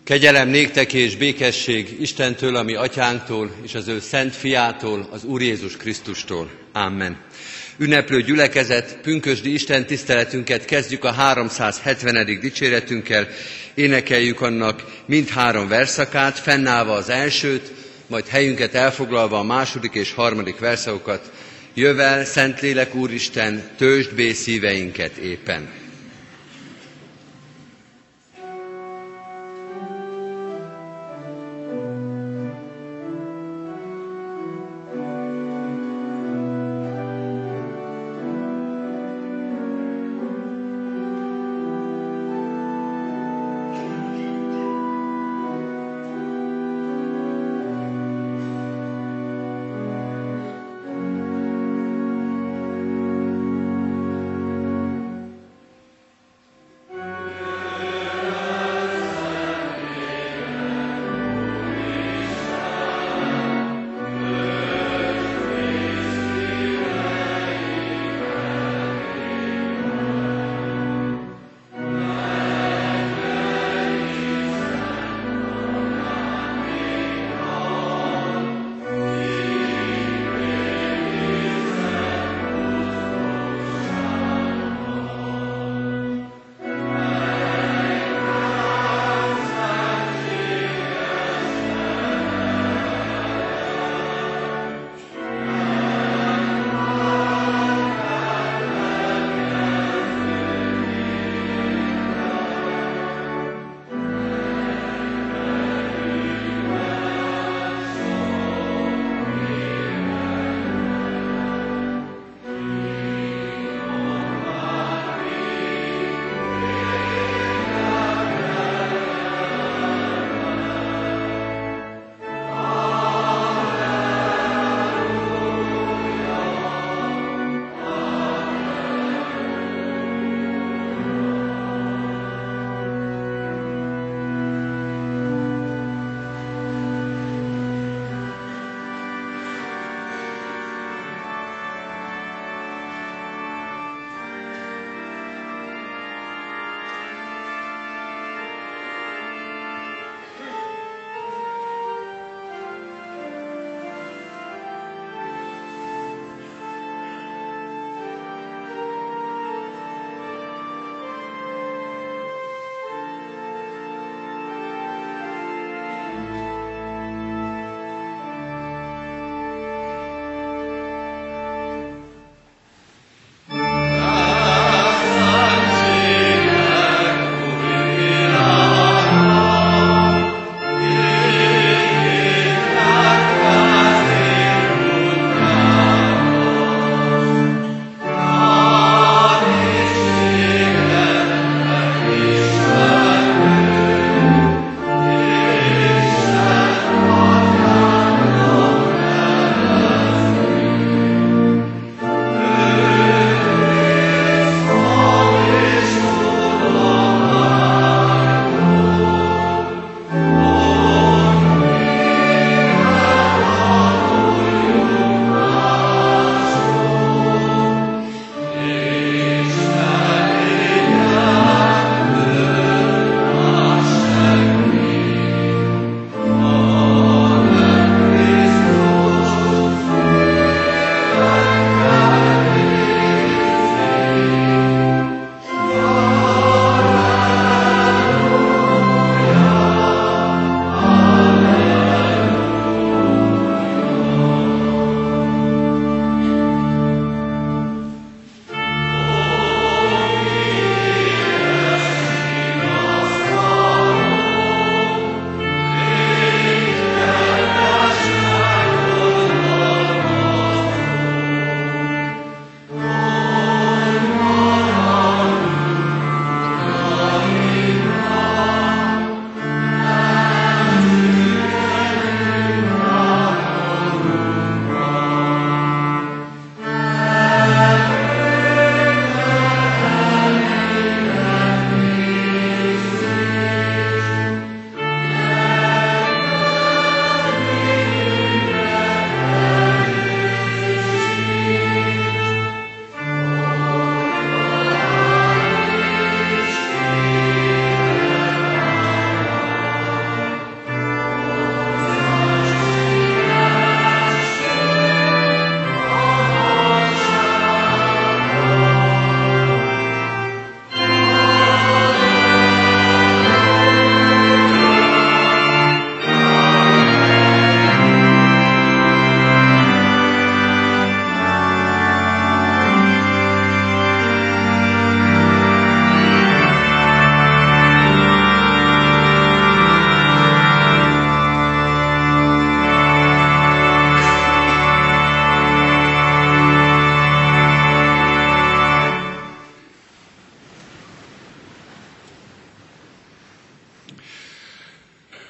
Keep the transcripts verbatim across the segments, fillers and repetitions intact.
Kegyelem néktek és békesség Istentől, a mi atyánktól, és az ő szent fiától, az Úr Jézus Krisztustól. Amen. Ünneplő gyülekezet, pünkösdi Isten tiszteletünket kezdjük a háromszázhetvenedik dicséretünkkel. Énekeljük annak mindhárom verszakát, fennállva az elsőt, majd helyünket elfoglalva a második és harmadik verszakokat. Jövel, Szentlélek Úristen, töltsd bé szíveinket éppen.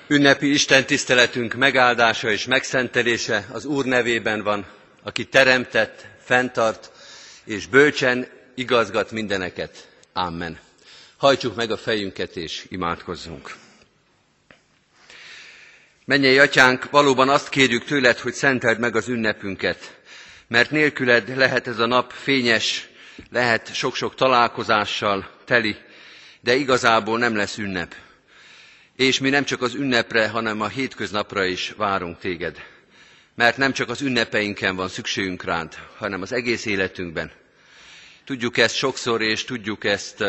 Ünnepi Isten tiszteletünk megáldása és megszentelése az Úr nevében van, aki teremtett, fenntart és bölcsen igazgat mindeneket. Amen. Hajtsuk meg a fejünket és imádkozzunk. Mennyei Atyánk, valóban azt kérjük tőled, hogy szenteld meg az ünnepünket, mert nélküled lehet ez a nap fényes, lehet sok-sok találkozással teli, de igazából nem lesz ünnep. És mi nem csak az ünnepre, hanem a hétköznapra is várunk téged. Mert nem csak az ünnepeinken van szükségünk rád, hanem az egész életünkben. Tudjuk ezt sokszor, és tudjuk ezt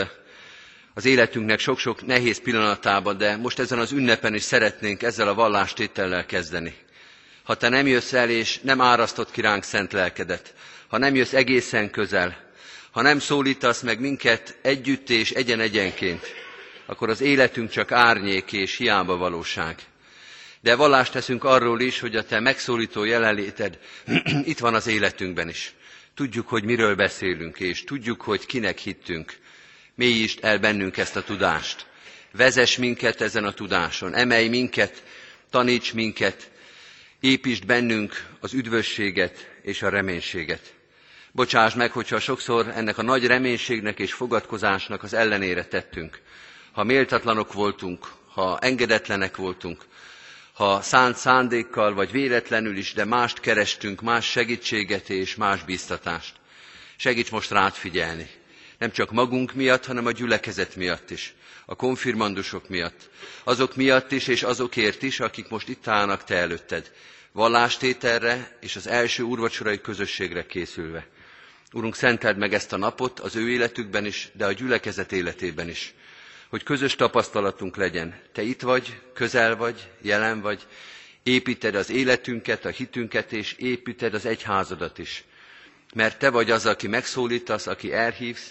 az életünknek sok-sok nehéz pillanatában, de most ezen az ünnepen is szeretnénk ezzel a vallástétellel kezdeni. Ha te nem jössz el, és nem árasztod ki ránk szent lelkedet, ha nem jössz egészen közel, ha nem szólítasz meg minket együtt és egyen-egyenként, akkor az életünk csak árnyék és hiába valóság. De vallást teszünk arról is, hogy a te megszólító jelenléted itt van az életünkben is. Tudjuk, hogy miről beszélünk, és tudjuk, hogy kinek hittünk. Mélyítsd el bennünk ezt a tudást. Vezess minket ezen a tudáson, emelj minket, taníts minket, építsd bennünk az üdvösséget és a reménységet. Bocsáss meg, hogyha sokszor ennek a nagy reménységnek és fogadkozásnak az ellenére tettünk. Ha méltatlanok voltunk, ha engedetlenek voltunk, ha szánt szándékkal vagy véletlenül is, de mást kerestünk, más segítséget és más bíztatást. Segíts most rád figyelni. Nem csak magunk miatt, hanem a gyülekezet miatt is. A konfirmandusok miatt. Azok miatt is, és azokért is, akik most itt állnak te előtted. Vallástételre és az első úrvacsorai közösségre készülve. Urunk, szenteld meg ezt a napot az ő életükben is, de a gyülekezet életében is. Hogy közös tapasztalatunk legyen. Te itt vagy, közel vagy, jelen vagy, építed az életünket, a hitünket, és építed az egyházadat is. Mert te vagy az, aki megszólítasz, aki elhívsz,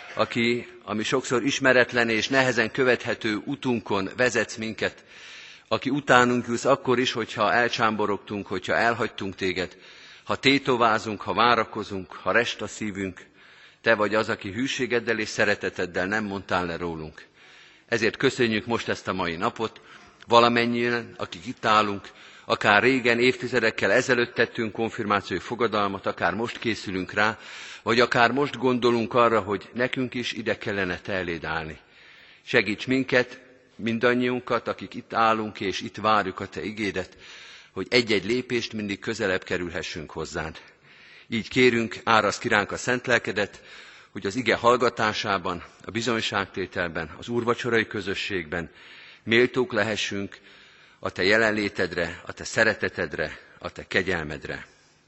aki, ami sokszor ismeretlen és nehezen követhető utunkon vezetsz minket, aki utánunk ülsz akkor is, hogyha elcsámborogtunk, hogyha elhagytunk téged, ha tétovázunk, ha várakozunk, ha rest a szívünk, te vagy az, aki hűségeddel és szereteteddel nem mondtál le rólunk. Ezért köszönjük most ezt a mai napot, valamennyien, akik itt állunk, akár régen, évtizedekkel ezelőtt tettünk konfirmációi fogadalmat, akár most készülünk rá, vagy akár most gondolunk arra, hogy nekünk is ide kellene te eléd állni. Segíts minket, mindannyiunkat, akik itt állunk és itt várjuk a te igédet, hogy egy-egy lépést mindig közelebb kerülhessünk hozzád. Így kérünk, áraszd ki ránk a szent lelkedet, hogy az ige hallgatásában, a bizonyságtételben, az úrvacsorai közösségben méltók lehessünk a te jelenlétedre, a te szeretetedre, a te kegyelmedre.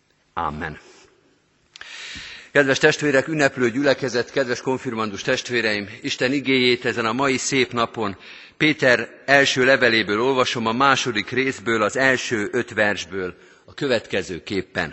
Amen. Kedves testvérek, ünneplő gyülekezet, kedves konfirmandus testvéreim, Isten igéjét ezen a mai szép napon Péter első leveléből olvasom, a második részből, az első öt versből, a következőképpen.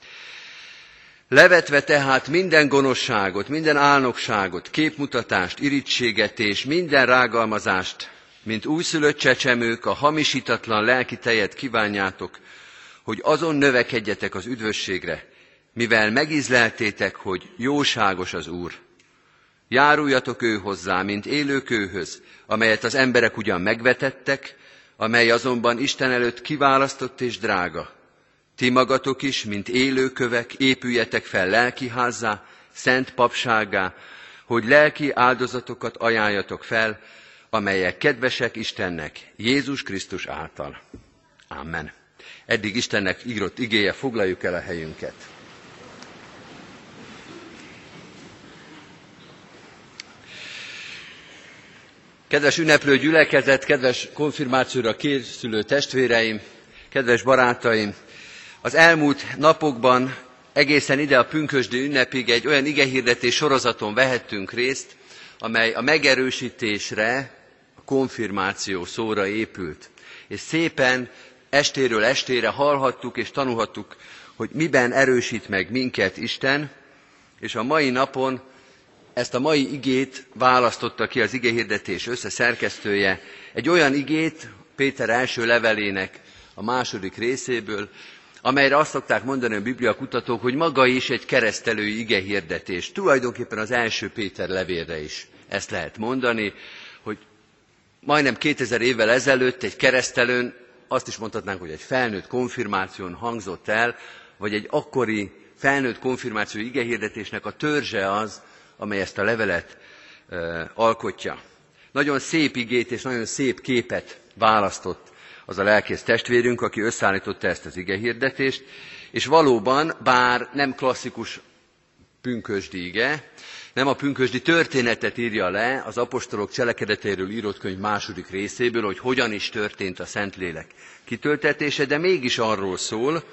Levetve tehát minden gonoszságot, minden álnokságot, képmutatást, irítséget és minden rágalmazást, mint újszülött csecsemők, a hamisítatlan lelki tejet kívánjátok, hogy azon növekedjetek az üdvösségre, mivel megízleltétek, hogy jóságos az Úr. Járuljatok ő hozzá, mint élő kőhöz, amelyet az emberek ugyan megvetettek, amely azonban Isten előtt kiválasztott és drága. Ti magatok is, mint élő kövek, épüljetek fel lelkiházzá, szent papsággá, hogy lelki áldozatokat ajánljatok fel, amelyek kedvesek Istennek, Jézus Krisztus által. Amen. Eddig Istennek írott igéje, foglaljuk el a helyünket. Kedves ünneplő gyülekezet, kedves konfirmációra készülő testvéreim, kedves barátaim! Az elmúlt napokban egészen ide a pünkösdi ünnepig egy olyan igehirdetés sorozaton vehettünk részt, amely a megerősítésre, a konfirmáció szóra épült. És szépen estéről estére hallhattuk és tanulhattuk, hogy miben erősít meg minket Isten, és a mai napon ezt a mai igét választotta ki az igehirdetés összeszerkesztője, egy olyan igét Péter első levelének a második részéből, amelyre azt szokták mondani a bibliakutatók, hogy maga is egy keresztelői igehirdetés. Tulajdonképpen az első Péter levélre is ezt lehet mondani, hogy majdnem kétezer évvel ezelőtt egy keresztelőn, azt is mondhatnánk, hogy egy felnőtt konfirmáción hangzott el, vagy egy akkori felnőtt konfirmáció igehirdetésnek a törzse az, amely ezt a levelet e, alkotja. Nagyon szép igét és nagyon szép képet választott az a lelkész testvérünk, aki összeállította ezt az igehirdetést, és valóban, bár nem klasszikus pünkösdi ige, nem a pünkösdi történetet írja le az apostolok cselekedetéről írott könyv második részéből, hogy hogyan is történt a Szentlélek kitöltetése, de mégis arról szól,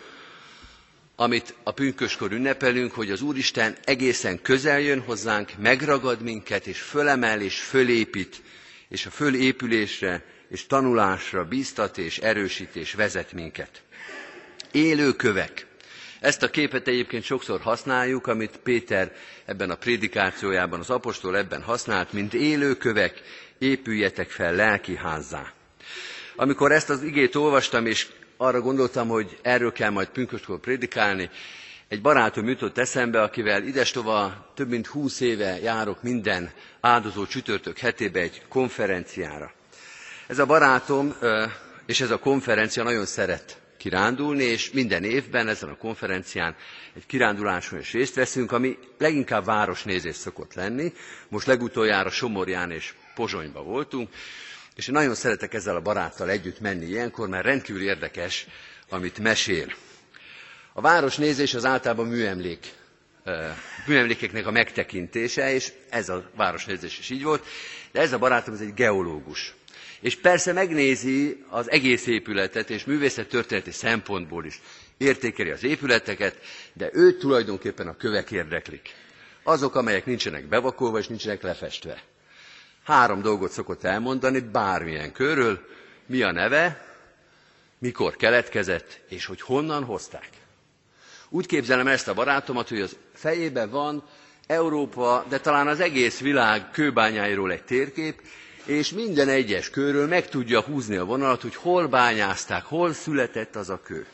amit a pünköskor ünnepelünk, hogy az Úristen egészen közel jön hozzánk, megragad minket, és fölemel, és fölépít, és a fölépülésre és tanulásra bíztat, és erősít, és vezet minket. Élő kövek. Ezt a képet egyébként sokszor használjuk, amit Péter ebben a prédikációjában, az apostol ebben használt, mint élő kövek, épüljetek fel lelkiházzá. Amikor ezt az igét olvastam, és arra gondoltam, hogy erről kell majd pünköstkor prédikálni, egy barátom jutott eszembe, akivel idestova több mint húsz éve járok minden áldozó csütörtök hetébe egy konferenciára. Ez a barátom és ez a konferencia nagyon szeret kirándulni, és minden évben ezen a konferencián egy kiránduláson is részt veszünk, ami leginkább városnézés szokott lenni. Most legutoljára Somorján és Pozsonyban voltunk, és én nagyon szeretek ezzel a baráttal együtt menni ilyenkor, mert rendkívül érdekes, amit mesél. A városnézés az általában műemlék, műemlékeknek a megtekintése, és ez a városnézés is így volt, de ez a barátom ez egy geológus. És persze megnézi az egész épületet, és művészettörténeti szempontból is értékeli az épületeket, de őt tulajdonképpen a kövek érdeklik. Azok, amelyek nincsenek bevakolva és nincsenek lefestve. Három dolgot szokott elmondani bármilyen kőről, mi a neve, mikor keletkezett, és hogy honnan hozták. Úgy képzelem ezt a barátomat, hogy az fejében van Európa, de talán az egész világ kőbányáiról egy térkép, és minden egyes kőről meg tudja húzni a vonalat, hogy hol bányázták, hol született az a kő.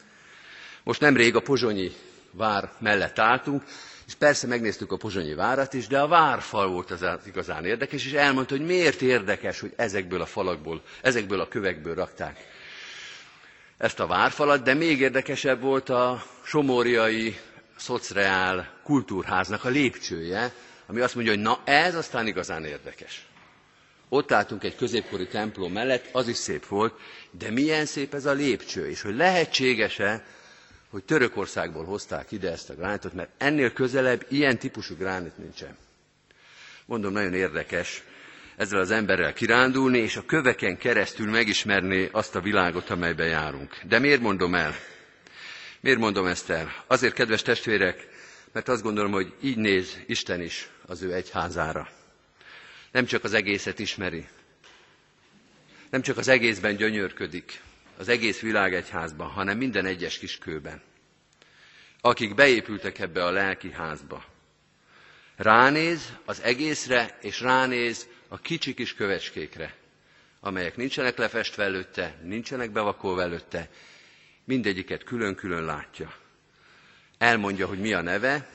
Most nemrég a pozsonyi vár mellett álltunk, és persze megnéztük a pozsonyi várat is, de a várfal volt az igazán érdekes, és elmondta, hogy miért érdekes, hogy ezekből a falakból, ezekből a kövekből rakták ezt a várfalat, de még érdekesebb volt a somorjai szocreál kultúrháznak a lépcsője, ami azt mondja, hogy na ez aztán igazán érdekes. Ott álltunk egy középkori templom mellett, az is szép volt, de milyen szép ez a lépcső, és hogy lehetséges-e, hogy Törökországból hozták ide ezt a gránitot, mert ennél közelebb ilyen típusú gránit nincsen. Mondom, nagyon érdekes ezzel az emberrel kirándulni, és a köveken keresztül megismerni azt a világot, amelyben járunk. De miért mondom el? Miért mondom ezt el? Azért, kedves testvérek, mert azt gondolom, hogy így néz Isten is az ő egyházára. Nem csak az egészet ismeri, nem csak az egészben gyönyörködik, az egész világegyházban, hanem minden egyes kis kőben. Akik beépültek ebbe a lelki házba. Ránéz az egészre, és ránéz a kicsi kis kövecskékre, amelyek nincsenek lefestve előtte, nincsenek bevakolva előtte, mindegyiket külön-külön látja. Elmondja, hogy mi a neve,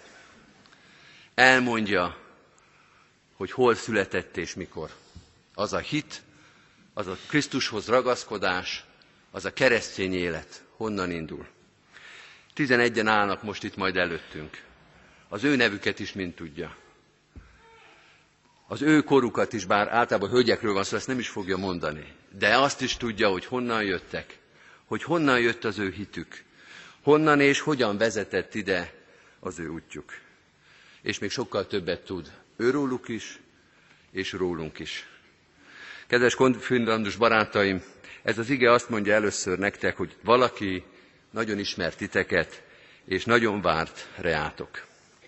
elmondja, hogy hol született és mikor. Az a hit, az a Krisztushoz ragaszkodás, az a keresztény élet honnan indul. Tizenegyen állnak most itt majd előttünk. Az ő nevüket is mind tudja. Az ő korukat is, bár általában hölgyekről van szó, ezt nem is fogja mondani. De azt is tudja, hogy honnan jöttek, hogy honnan jött az ő hitük, honnan és hogyan vezetett ide az ő útjuk. És még sokkal többet tud őróluk is, és rólunk is. Kedves konfirmandus barátaim, ez az ige azt mondja először nektek, hogy valaki nagyon ismert titeket, és nagyon várt reátok.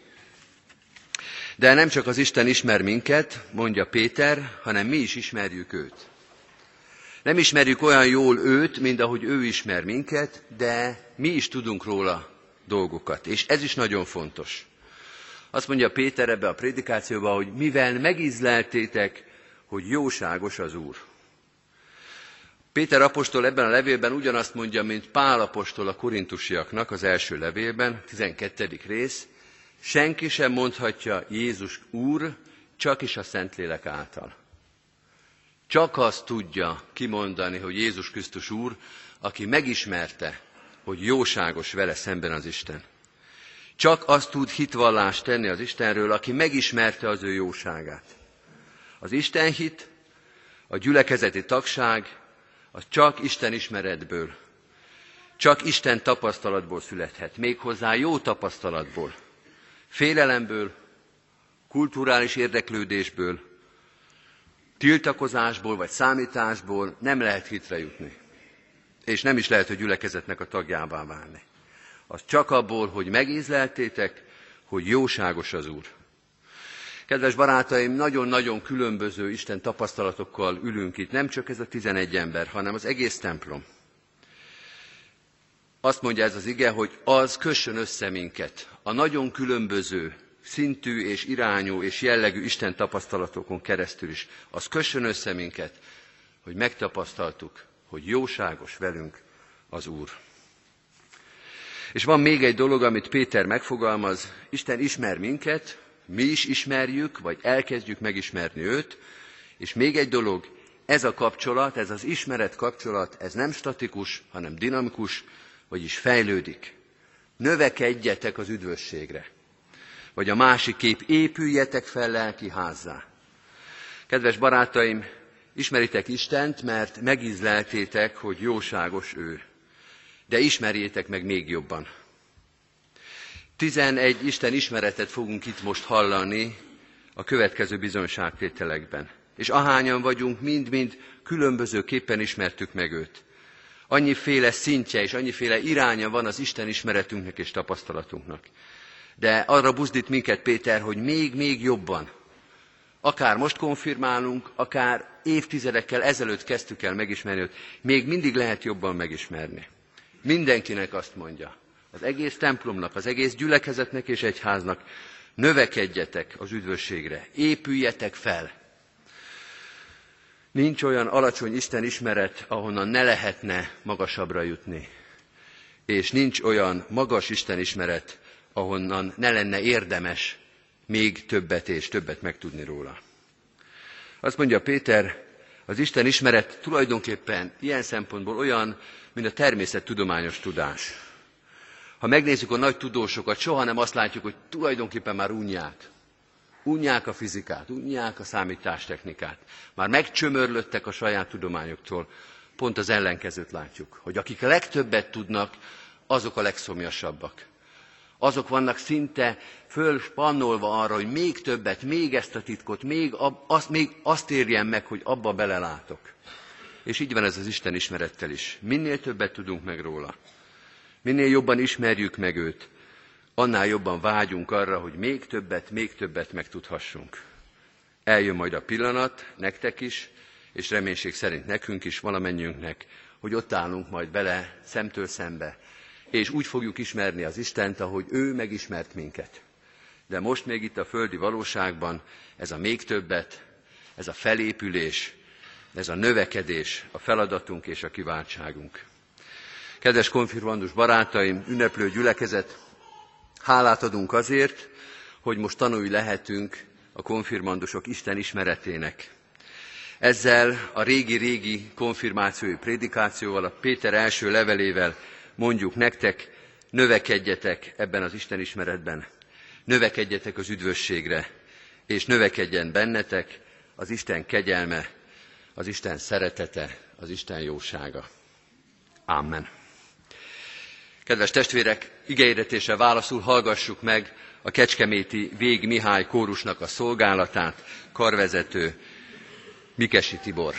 De nem csak az Isten ismer minket, mondja Péter, hanem mi is ismerjük őt. Nem ismerjük olyan jól őt, mint ahogy ő ismer minket, de mi is tudunk róla dolgokat, és ez is nagyon fontos. Azt mondja Péter ebbe a prédikációban, hogy mivel megízleltétek, hogy jóságos az Úr. Péter apostol ebben a levélben ugyanazt mondja, mint Pál apostol a korintusiaknak az első levélben, tizenkettedik rész. Senki sem mondhatja Jézus Úr, csak is a Szentlélek által. Csak azt tudja kimondani, hogy Jézus Krisztus Úr, aki megismerte, hogy jóságos vele szemben az Isten. Csak azt tud hitvallást tenni az Istenről, aki megismerte az ő jóságát. Az Istenhit, a gyülekezeti tagság, az csak Isten ismeretből, csak Isten tapasztalatból születhet, méghozzá jó tapasztalatból, félelemből, kulturális érdeklődésből, tiltakozásból vagy számításból nem lehet hitre jutni. És nem is lehet a gyülekezetnek a tagjává válni. Az csak abból, hogy megízleltétek, hogy jóságos az Úr. Kedves barátaim, nagyon-nagyon különböző Isten tapasztalatokkal ülünk itt, nem csak ez a tizenegy ember, hanem az egész templom. Azt mondja ez az ige, hogy az kössön össze minket a nagyon különböző szintű és irányú és jellegű Isten tapasztalatokon keresztül is. Az kössön össze minket, hogy megtapasztaltuk, hogy jóságos velünk az Úr. És van még egy dolog, amit Péter megfogalmaz, Isten ismer minket, mi is ismerjük, vagy elkezdjük megismerni őt, és még egy dolog, ez a kapcsolat, ez az ismeret kapcsolat, ez nem statikus, hanem dinamikus, vagyis fejlődik. Növekedjetek az üdvösségre. Vagy a másik kép, épüljetek fel lelki házzá. Kedves barátaim, ismeritek Istent, mert megízleltétek, hogy jóságos ő. De ismerjétek meg még jobban. Tizenegy Isten ismeretet fogunk itt most hallani a következő bizonyságtételekben. És ahányan vagyunk, mind-mind különbözőképpen ismertük meg őt. Annyiféle szintje és annyiféle iránya van az Isten ismeretünknek és tapasztalatunknak. De arra buzdít minket Péter, hogy még-még jobban, akár most konfirmálunk, akár évtizedekkel ezelőtt kezdtük el megismerni őt, még mindig lehet jobban megismerni. Mindenkinek azt mondja, az egész templomnak, az egész gyülekezetnek és egyháznak, növekedjetek az üdvösségre, épüljetek fel. Nincs olyan alacsony Isten ismeret, ahonnan ne lehetne magasabbra jutni. És nincs olyan magas Isten ismeret, ahonnan ne lenne érdemes még többet és többet megtudni róla. Azt mondja Péter, az Isten ismeret tulajdonképpen ilyen szempontból olyan, mint a természettudományos tudás. Ha megnézzük a nagy tudósokat, soha nem azt látjuk, hogy tulajdonképpen már unják. Unják a fizikát, unják a számítástechnikát. Már megcsömörlöttek a saját tudományoktól. Pont az ellenkezőt látjuk, hogy akik a legtöbbet tudnak, azok a legszomjasabbak. Azok vannak szinte fölspannolva arra, hogy még többet, még ezt a titkot, még, ab, azt, még azt érjen meg, hogy abba belelátok. És így van ez az Isten ismerettel is. Minél többet tudunk meg róla, minél jobban ismerjük meg őt, annál jobban vágyunk arra, hogy még többet, még többet megtudhassunk. Eljön majd a pillanat, nektek is, és reménység szerint nekünk is, valamennyiünknek, hogy ott állunk majd bele szemtől szembe, és úgy fogjuk ismerni az Istent, ahogy ő megismert minket. De most még itt a földi valóságban ez a még többet, ez a felépülés, ez a növekedés, a feladatunk és a kiváltságunk. Kedves konfirmandus barátaim, ünneplő gyülekezet, hálát adunk azért, hogy most tanulni lehetünk a konfirmandusok Isten ismeretének. Ezzel a régi-régi konfirmációi prédikációval, a Péter első levelével mondjuk nektek, növekedjetek ebben az Isten ismeretben, növekedjetek az üdvösségre, és növekedjen bennetek az Isten kegyelme, az Isten szeretete, az Isten jósága. Amen. Kedves testvérek, igeirdetésre válaszul hallgassuk meg a kecskeméti Vég Mihály kórusnak a szolgálatát, karvezető Mikesi Tibor.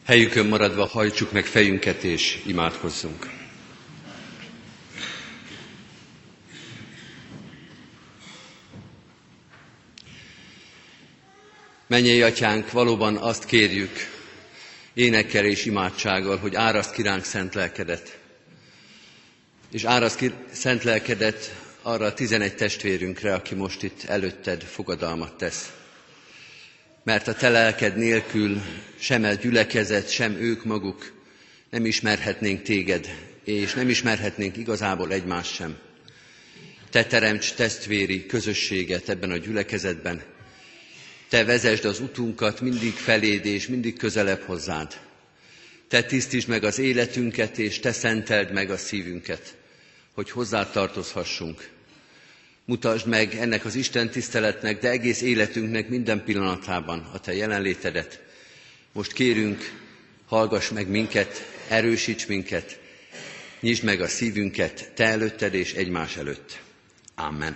Helyükön maradva hajtsuk meg fejünket és imádkozzunk. Mennyei Atyánk, valóban azt kérjük énekkel és imádsággal, hogy áraszt ki ránk szent lelkedet. És áraszt ki szent lelkedet arra a tizenegy testvérünkre, aki most itt előtted fogadalmat tesz. Mert a te lelked nélkül sem a gyülekezet, sem ők maguk nem ismerhetnénk téged, és nem ismerhetnénk igazából egymást sem. Te teremts testvéri közösséget ebben a gyülekezetben. Te vezesd az utunkat mindig feléd és mindig közelebb hozzád. Te tisztítsd meg az életünket, és te szenteld meg a szívünket, hogy hozzád tartozhassunk. Mutasd meg ennek az Isten tiszteletnek, de egész életünknek minden pillanatában a te jelenlétedet. Most kérünk, hallgass meg minket, erősíts minket, nyisd meg a szívünket te előtted és egymás előtt. Amen.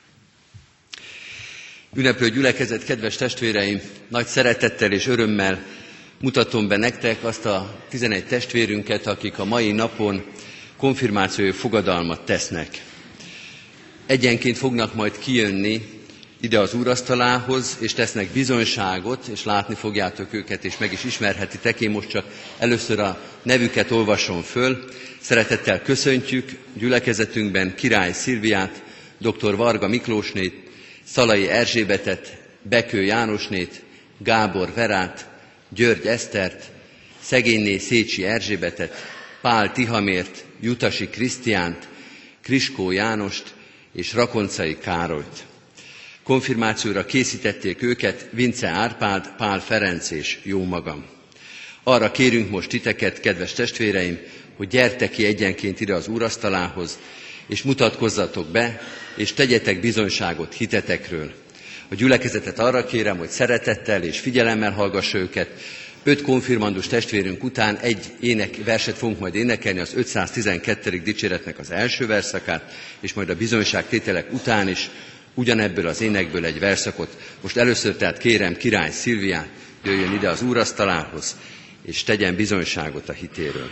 Ünneplő gyülekezet, kedves testvéreim, nagy szeretettel és örömmel mutatom be nektek azt a tizenegy testvérünket, akik a mai napon konfirmációi fogadalmat tesznek. Egyenként fognak majd kijönni ide az úrasztalához, és tesznek bizonyságot, és látni fogjátok őket, és meg is ismerhetitek. Én most csak először a nevüket olvasom föl. Szeretettel köszöntjük gyülekezetünkben Király Szilviát, dr. Varga Miklósnét, Szalai Erzsébetet, Bekő Jánosnét, Gábor Verát, György Esztert, Szegényné Szécsi Erzsébetet, Pál Tihamért, Jutasi Krisztiánt, Kriskó Jánost és Rakoncai Károlyt. Konfirmációra készítették őket Vince Árpád, Pál Ferenc és jómagam. Arra kérünk most titeket, kedves testvéreim, hogy gyertek ki egyenként ide az úrasztalához, és mutatkozzatok be, és tegyetek bizonyságot hitetekről. A gyülekezetet arra kérem, hogy szeretettel és figyelemmel hallgassa őket. Öt konfirmandus testvérünk után egy ének, verset fogunk majd énekelni, az ötszáztizenkettedik dicséretnek az első verszakát, és majd a bizonyságtételek után is ugyanebből az énekből egy verszakot. Most először tehát kérem Király Szilviát, jöjjön ide az úrasztalához, és tegyen bizonyságot a hitéről.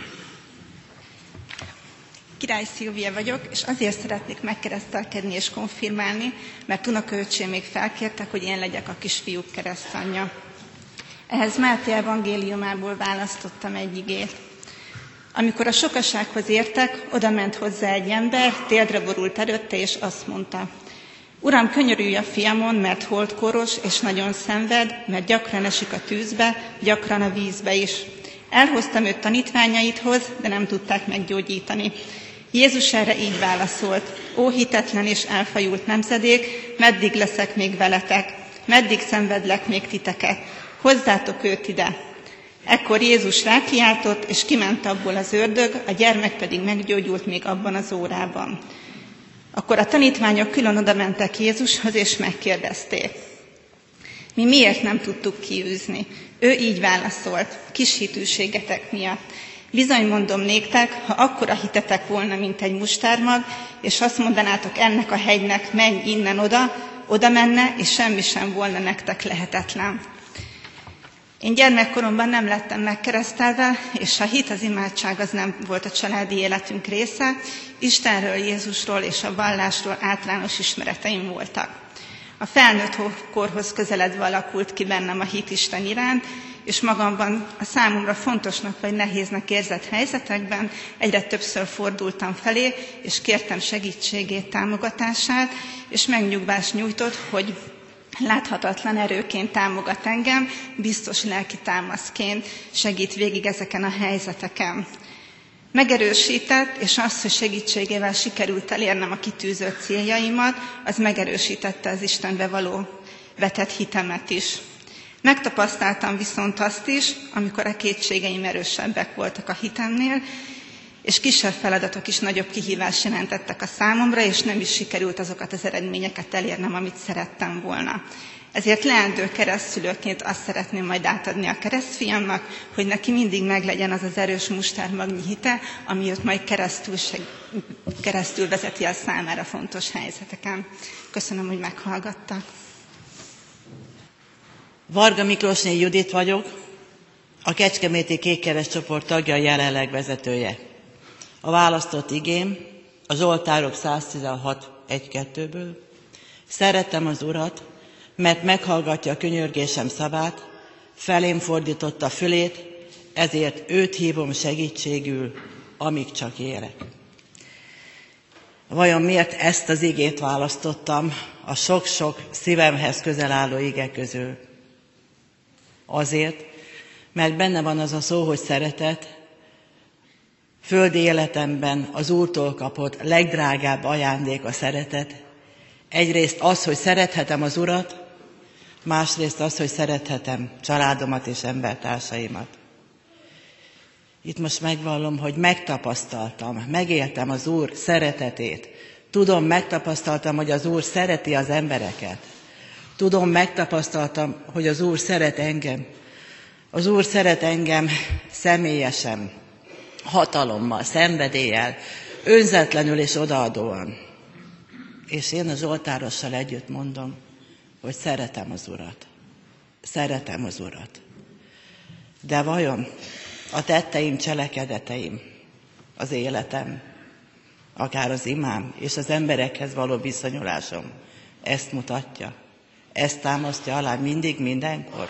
Király Szilvia vagyok, és azért szeretnék megkeresztelkedni és konfirmálni, mert unokaöcsém még felkértek, hogy én legyek a kisfiúk keresztanyja. Ehhez Máté evangéliumából választottam egy igét. Amikor a sokasághoz értek, oda ment hozzá egy ember, térdre borult előtte, és azt mondta: Uram, könyörülj a fiamon, mert holdkoros, és nagyon szenved, mert gyakran esik a tűzbe, gyakran a vízbe is. Elhoztam őt tanítványaidhoz, de nem tudták meggyógyítani. Jézus erre így válaszolt: Ó hitetlen és elfajult nemzedék, meddig leszek még veletek? Meddig szenvedlek még titeket? Hozzátok őt ide! Ekkor Jézus rákiáltott, és kiment abból az ördög, a gyermek pedig meggyógyult még abban az órában. Akkor a tanítványok külön oda mentek Jézushoz, és megkérdezték: Mi miért nem tudtuk kiűzni? Ő így válaszolt: Kis hitűségetek miatt. Bizony mondom néktek, ha akkora hitetek volna, mint egy mustármag, és azt mondanátok ennek a hegynek, menj innen oda, oda menne, és semmi sem volna nektek lehetetlen. Én gyermekkoromban nem lettem megkeresztelve, és a hit, az imádság az nem volt a családi életünk része. Istenről, Jézusról és a vallásról általános ismereteim voltak. A felnőtt korhoz közeledve alakult ki bennem a hit Isten iránt, és magamban a számomra fontosnak vagy nehéznek érzett helyzetekben egyre többször fordultam felé, és kértem segítségét, támogatását, és megnyugvást nyújtott, hogy láthatatlan erőként támogat engem, biztos lelki támaszként segít végig ezeken a helyzeteken. Megerősített, és az, hogy segítségével sikerült elérnem a kitűzött céljaimat, az megerősítette az Istenbe való vetett hitemet is. Megtapasztaltam viszont azt is, amikor a kétségeim erősebbek voltak a hitemnél, és kisebb feladatok is nagyobb kihívást jelentettek a számomra, és nem is sikerült azokat az eredményeket elérnem, amit szerettem volna. Ezért leendő keresztszülőként azt szeretném majd átadni a keresztfiamnak, hogy neki mindig meglegyen az az erős mustármagnyi hite, ami őt majd keresztül, seg- keresztül vezeti a számára fontos helyzeteken. Köszönöm, hogy meghallgattak. Varga Miklósné Judit vagyok, a Kecskeméti Kékkereszt csoport tagja, jelenleg vezetője. A választott igém a Zsoltárok száztizenhat egy kettőből. Szeretem az Urat, mert meghallgatja a könyörgésem szavát, felém fordította fülét, ezért őt hívom segítségül, amíg csak élek. Vajon miért ezt az igét választottam a sok-sok szívemhez közel álló ige közül? Azért, mert benne van az a szó, hogy szeretet, földi életemben az Úrtól kapott legdrágább ajándék a szeretet. Egyrészt az, hogy szerethetem az Urat, másrészt az, hogy szerethetem családomat és embertársaimat. Itt most megvallom, hogy megtapasztaltam, megéltem az Úr szeretetét. Tudom, megtapasztaltam, hogy az Úr szereti az embereket. Tudom, megtapasztaltam, hogy az Úr szeret engem. Az Úr szeret engem személyesen, hatalommal, szenvedéllyel, önzetlenül és odaadóan. És én a Zsoltárossal együtt mondom, hogy szeretem az Urat. Szeretem az Urat. De vajon a tetteim, cselekedeteim, az életem, akár az imám és az emberekhez való viszonyulásom ezt mutatja? Ezt támasztja alá mindig, mindenkor?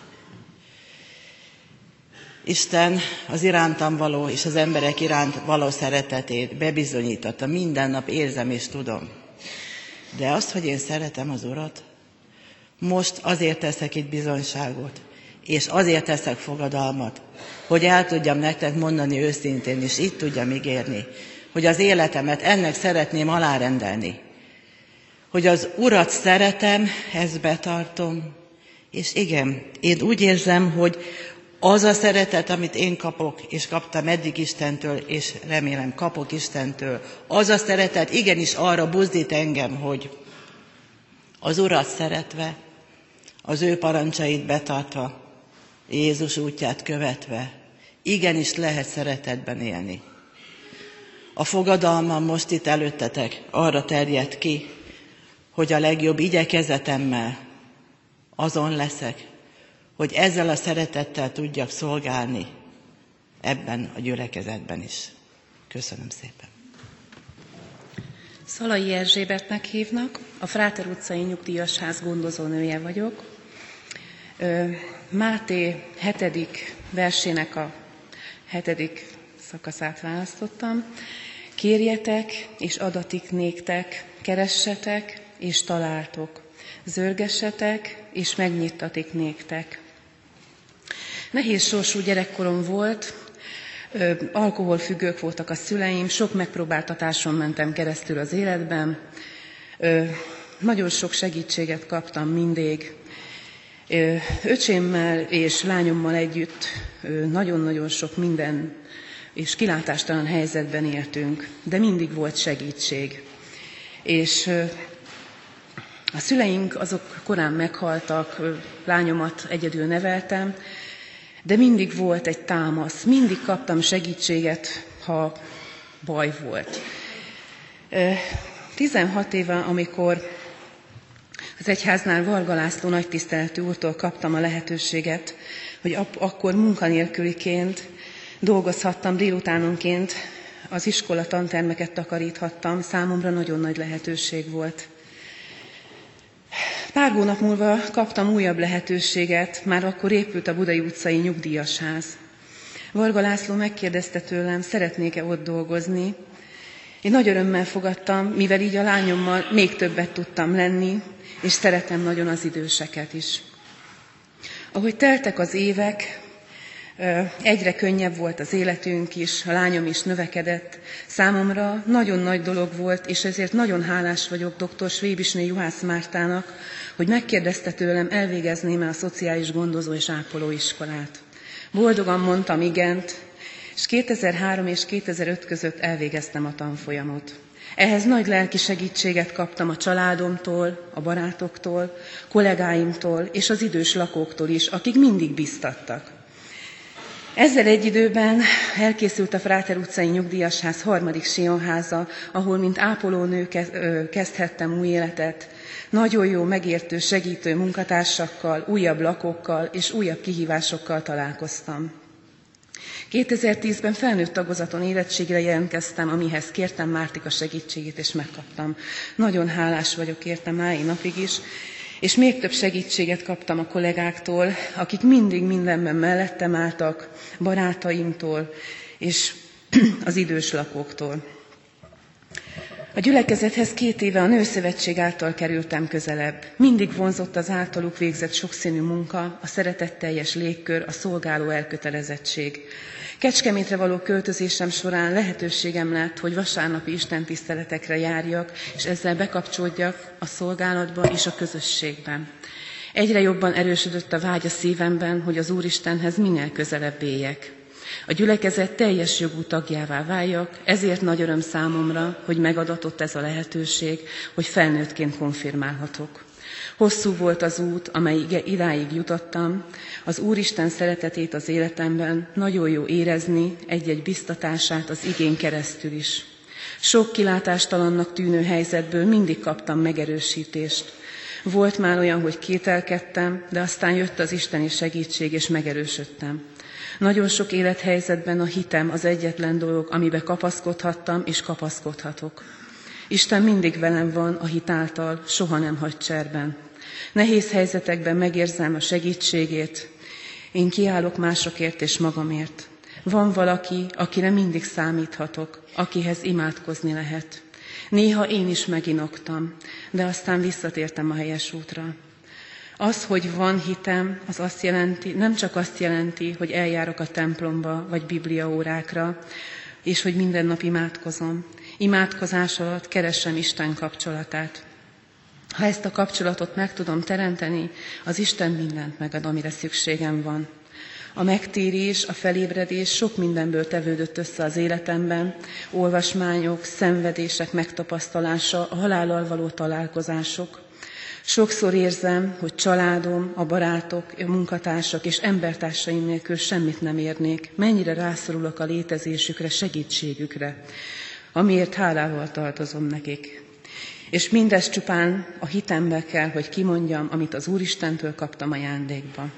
Isten az irántam való és az emberek iránt való szeretetét bebizonyította. Minden nap érzem és tudom. De azt, hogy én szeretem az Urat, most azért teszek itt bizonyságot, és azért teszek fogadalmat, hogy el tudjam nektek mondani őszintén, és itt tudjam ígérni, hogy az életemet ennek szeretném alárendelni. Hogy az Urat szeretem, ezt betartom, és igen, én úgy érzem, hogy az a szeretet, amit én kapok, és kaptam eddig Istentől, és remélem kapok Istentől, az a szeretet igenis arra buzdít engem, hogy az Urat szeretve, az ő parancsait betartva, Jézus útját követve, igenis lehet szeretetben élni. A fogadalmam most itt előttetek arra terjed ki, hogy a legjobb igyekezetemmel azon leszek, hogy ezzel a szeretettel tudjak szolgálni ebben a gyülekezetben is. Köszönöm szépen. Szalai Erzsébetnek hívnak, a Fráter utcai nyugdíjas ház gondozónője vagyok. Máté hetedik versének a hetedik szakaszát választottam. Kérjetek, és adatik néktek, keressetek, és találtok. Zörgessetek, és megnyittatik néktek. Nehéz sorsú gyerekkorom volt, ö, alkoholfüggők voltak a szüleim, sok megpróbáltatáson mentem keresztül az életben, ö, nagyon sok segítséget kaptam mindig. Ö, öcsémmel és lányommal együtt ö, nagyon-nagyon sok minden és kilátástalan helyzetben éltünk, de mindig volt segítség. És ö, a szüleink azok korán meghaltak, ö, lányomat egyedül neveltem, de mindig volt egy támasz, mindig kaptam segítséget, ha baj volt. tizenhat éve, amikor az egyháznál Varga László nagytiszteletű úrtól kaptam a lehetőséget, hogy ak- akkor munkanélküliként dolgozhattam délutánonként, az iskola tantermeket takaríthattam, számomra nagyon nagy lehetőség volt. Pár hónap múlva kaptam újabb lehetőséget, már akkor épült a Budai utcai nyugdíjas ház. Varga László megkérdezte tőlem, szeretnék-e ott dolgozni. Én nagy örömmel fogadtam, mivel így a lányommal még többet tudtam lenni, és szeretem nagyon az időseket is. Ahogy teltek az évek, egyre könnyebb volt az életünk is, a lányom is növekedett. Számomra nagyon nagy dolog volt, és ezért nagyon hálás vagyok dr. Svébisné Juhász Mártának, hogy megkérdezte tőlem, elvégezném-e a szociális gondozó és ápolóiskolát. Boldogan mondtam igent, és kétezer-három és kétezer-öt között elvégeztem a tanfolyamot. Ehhez nagy lelki segítséget kaptam a családomtól, a barátoktól, kollégáimtól és az idős lakóktól is, akik mindig biztattak. Ezzel egy időben elkészült a Fráter utcai nyugdíjas ház harmadik sionháza, ahol mint ápolónő kezdhettem új életet. nagyon jó, megértő, segítő munkatársakkal, újabb lakókkal és újabb kihívásokkal találkoztam. kétezer-tízben felnőtt tagozaton érettségre jelentkeztem, amihez kértem Mártika segítségét, és megkaptam. Nagyon hálás vagyok érte mai napig is, és még több segítséget kaptam a kollégáktól, akik mindig mindenben mellettem álltak, barátaimtól és az idős lakóktól. A gyülekezethez két éve a Nőszövetség által kerültem közelebb. Mindig vonzott az általuk végzett sokszínű munka, a szeretetteljes légkör, a szolgáló elkötelezettség. Kecskemétre való költözésem során lehetőségem lett, hogy vasárnapi istentiszteletekre járjak, és ezzel bekapcsolódjak a szolgálatba és a közösségben. Egyre jobban erősödött a vágy a szívemben, hogy az Úristenhez minél közelebb éljek. A gyülekezet teljes jogú tagjává váljak, ezért nagy öröm számomra, hogy megadatott ez a lehetőség, hogy felnőttként konfirmálhatok. Hosszú volt az út, amelyig idáig jutottam, az Úristen szeretetét az életemben nagyon jó érezni, egy-egy biztatását az igén keresztül is. Sok kilátástalannak tűnő helyzetből mindig kaptam megerősítést. Volt már olyan, hogy kételkedtem, de aztán jött az isteni segítség, és megerősödtem. Nagyon sok élethelyzetben a hitem az egyetlen dolog, amiben kapaszkodhattam és kapaszkodhatok. Isten mindig velem van a hit által, soha nem hagy cserben. Nehéz helyzetekben megérzem a segítségét, én kiállok másokért és magamért. Van valaki, akire mindig számíthatok, akihez imádkozni lehet. Néha én is meginoktam, de aztán visszatértem a helyes útra. Az, hogy van hitem, az azt jelenti, nem csak azt jelenti, hogy eljárok a templomba vagy bibliaórákra, és hogy minden nap imádkozom. Imádkozás alatt keresem Isten kapcsolatát. Ha ezt a kapcsolatot meg tudom teremteni, az Isten mindent megad, amire szükségem van. A megtérés, a felébredés sok mindenből tevődött össze az életemben, olvasmányok, szenvedések megtapasztalása, a halállal való találkozások. Sokszor érzem, hogy családom, a barátok, a munkatársak és embertársaim nélkül semmit nem érnék. Mennyire rászorulok a létezésükre, segítségükre, amiért hálával tartozom nekik. És mindez csupán a hitembe kell, hogy kimondjam, amit az Úristentől kaptam ajándékba.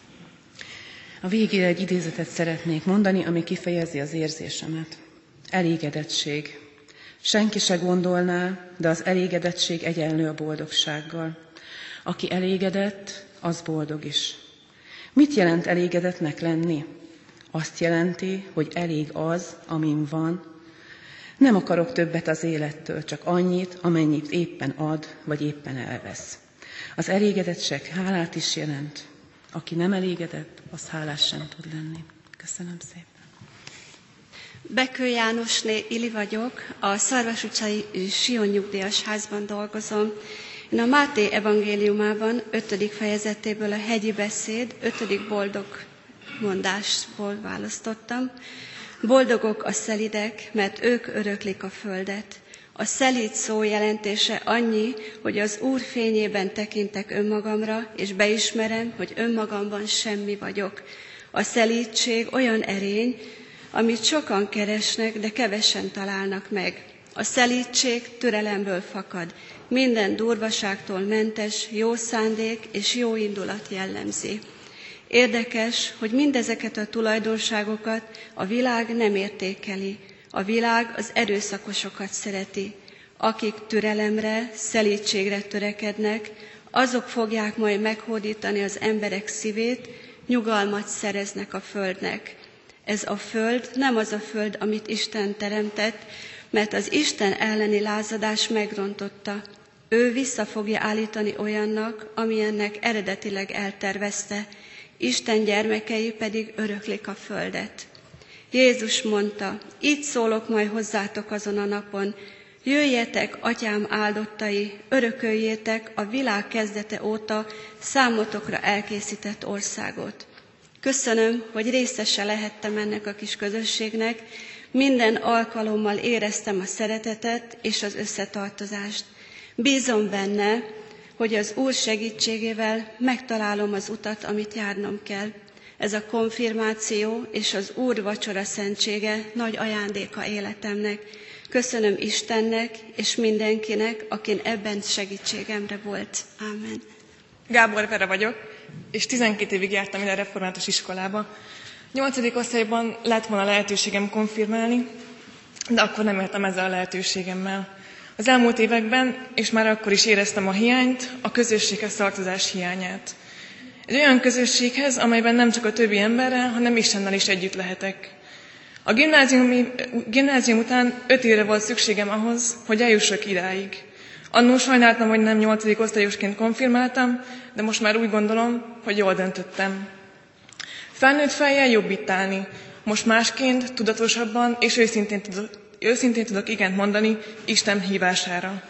A végére egy idézetet szeretnék mondani, ami kifejezi az érzésemet. Elégedettség. Senki se gondolná, de az elégedettség egyenlő a boldogsággal. Aki elégedett, az boldog is. Mit jelent elégedetnek lenni? Azt jelenti, hogy elég az, amin van. Nem akarok többet az élettől, csak annyit, amennyit éppen ad, vagy éppen elvesz. Az elégedettség hálát is jelent. Aki nem elégedett, az hálás sem tud lenni. Köszönöm szépen. Bekő Jánosné Ili vagyok, a Szarvas utcai Sion nyugdíjas házban dolgozom. Én a Máté evangéliumában ötödik fejezetéből a hegyi beszéd ötödik boldog mondásból választottam. Boldogok a szelidek, mert ők öröklik a földet. A szelíd szó jelentése annyi, hogy az Úr fényében tekintek önmagamra, és beismerem, hogy önmagamban semmi vagyok. A szelídség olyan erény, amit sokan keresnek, de kevesen találnak meg. A szelídség türelemből fakad, minden durvaságtól mentes, jó szándék és jó indulat jellemzi. Érdekes, hogy mindezeket a tulajdonságokat a világ nem értékeli. A világ az erőszakosokat szereti. Akik türelemre, szelídségre törekednek, azok fogják majd meghódítani az emberek szívét, nyugalmat szereznek a földnek. Ez a föld nem az a föld, amit Isten teremtett, mert az Isten elleni lázadás megrontotta. Ő vissza fogja állítani olyannak, amilyennek eredetileg eltervezte, Isten gyermekei pedig öröklik a földet. Jézus mondta, így szólok majd hozzátok azon a napon, jöjjetek, atyám áldottai, örököljétek a világ kezdete óta számotokra elkészített országot. Köszönöm, hogy részese lehettem ennek a kis közösségnek, minden alkalommal éreztem a szeretetet és az összetartozást. Bízom benne, hogy az Úr segítségével megtalálom az utat, amit járnom kell. Ez a konfirmáció és az Úr vacsora szentsége nagy ajándéka életemnek. Köszönöm Istennek és mindenkinek, akin ebben segítségemre volt. Ámen. Gábor Vera vagyok, és tizenkét évig jártam ide a református iskolába. Nyolcadik osztályban lett volna lehetőségem konfirmálni, de akkor nem éltem ezzel a lehetőségemmel. Az elmúlt években, és már akkor is éreztem a hiányt, a közösséghez tartozás hiányát. Egy olyan közösséghez, amelyben nem csak a többi emberrel, hanem Istennel is együtt lehetek. A gimnázium, gimnázium után öt évre volt szükségem ahhoz, hogy eljussak idáig. Annó sajnáltam, hogy nem nyolcadik osztályosként konfirmáltam, de most már úgy gondolom, hogy jól döntöttem. Felnőtt fejjel jobb itt állni. Most másként, tudatosabban és őszintén tudok, őszintén tudok igent mondani Isten hívására.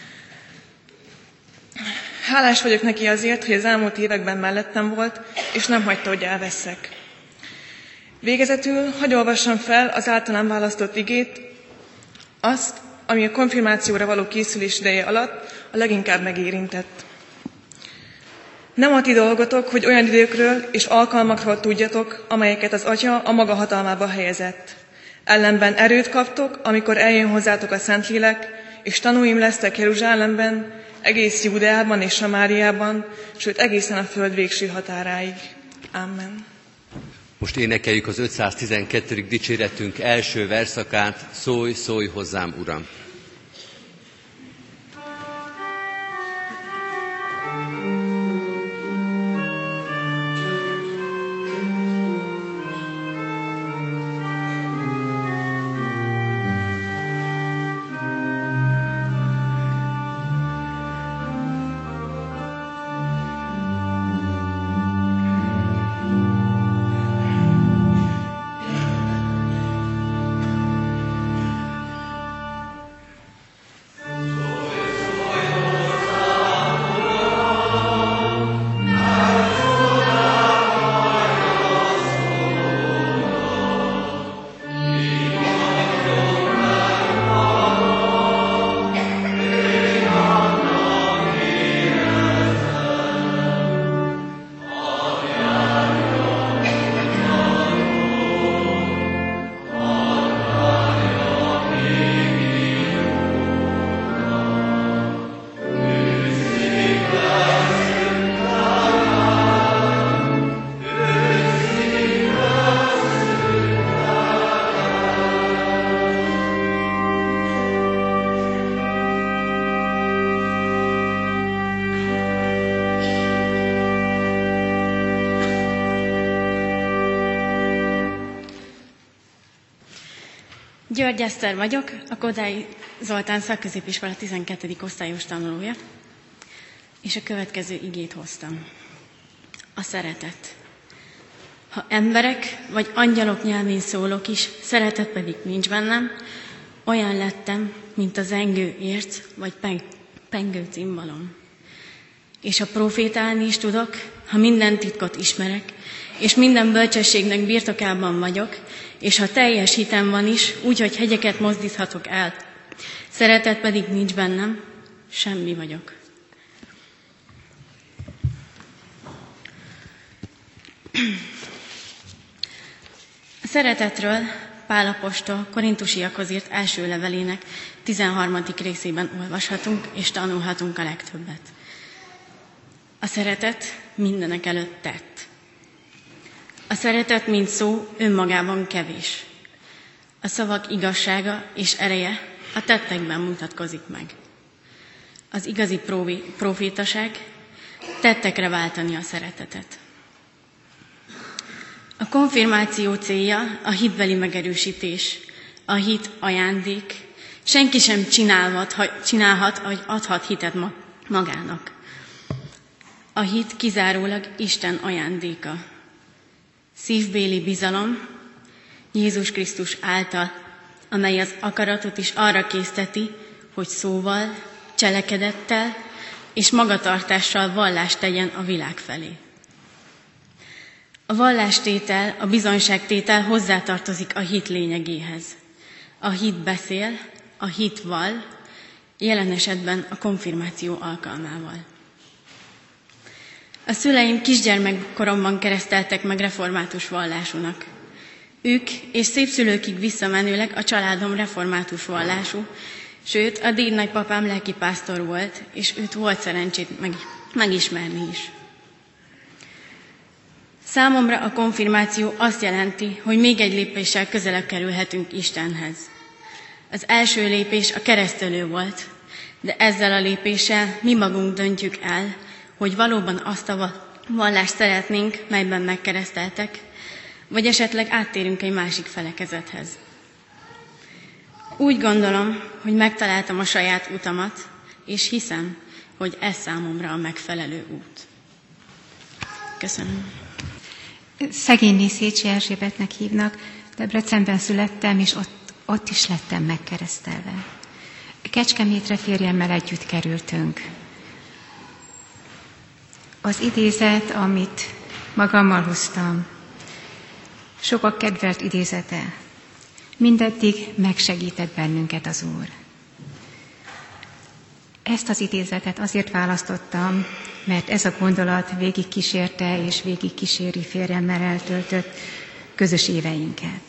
Hálás vagyok neki azért, hogy az elmúlt években mellettem volt, és nem hagyta, hogy elvesszek. Végezetül hadd olvassam fel az általán választott igét, azt, ami a konfirmációra való készülés ideje alatt a leginkább megérintett. Nem a ti dolgotok, hogy olyan időkről és alkalmakról tudjatok, amelyeket az Atya a maga hatalmába helyezett. Ellenben erőt kaptok, amikor eljön hozzátok a Szentlélek, és tanúim lesztek Jeruzsálemben, egész Júdeában és Samáriában, sőt egészen a föld végső határáig. Amen. Most énekeljük az ötszáztizenkettedik dicséretünk első verszakát, Szólj, szólj hozzám, Uram! György Eszter vagyok, a Kodály Zoltán szakközépiskola tizenkettedik osztályos tanulója, és a következő igét hoztam. A szeretet. Ha emberek vagy angyalok nyelvén szólok is, szeretet pedig nincs bennem, olyan lettem, mint a zengő érc vagy pengő cimbalom. És ha profétálni is tudok, ha minden titkot ismerek, és minden bölcsességnek birtokában vagyok, és ha teljes hitem van is, úgy, hogy hegyeket mozdíthatok el, szeretet pedig nincs bennem, semmi vagyok. A szeretetről Pál apostol Korintusiakhoz írt első levelének tizenharmadik részében olvashatunk és tanulhatunk a legtöbbet. A szeretet mindenek előtt tett. A szeretet, mint szó, önmagában kevés. A szavak igazsága és ereje a tettekben mutatkozik meg. Az igazi profétaság tettekre váltani a szeretetet. A konfirmáció célja a hitbeli megerősítés, a hit ajándék. Senki sem csinálhat, csinálhat, vagy adhat hitet magának. A hit kizárólag Isten ajándéka. Szívbéli bizalom Jézus Krisztus által, amely az akaratot is arra készteti, hogy szóval, cselekedettel és magatartással vallást tegyen a világ felé. A vallástétel, a bizonyságtétel hozzátartozik a hit lényegéhez. A hit beszél, a hit vall, jelen esetben a konfirmáció alkalmával. A szüleim kisgyermekkoromban kereszteltek meg református vallásúnak. Ők és szépszülőkig visszamenőleg a családom református vallású, sőt, a dédnagypapám lelkipásztor volt, és őt volt szerencsét meg, megismerni is. Számomra a konfirmáció azt jelenti, hogy még egy lépéssel közelebb kerülhetünk Istenhez. Az első lépés a keresztelő volt, de ezzel a lépéssel mi magunk döntjük el, hogy valóban azt a vallást szeretnénk, melyben megkereszteltek, vagy esetleg áttérünk egy másik felekezethez. Úgy gondolom, hogy megtaláltam a saját utamat, és hiszem, hogy ez számomra a megfelelő út. Köszönöm. Szegényné Szécsi Erzsébetnek hívnak, Debrecenben születtem, és ott, ott is lettem megkeresztelve. Kecskemétre férjemmel együtt kerültünk. Az idézet, amit magammal hoztam, sokak kedvelt idézete. Mindeddig megsegített bennünket az Úr. Ezt az idézetet azért választottam, mert ez a gondolat végig kísérte és végig kíséri férjemmel eltöltött közös éveinket.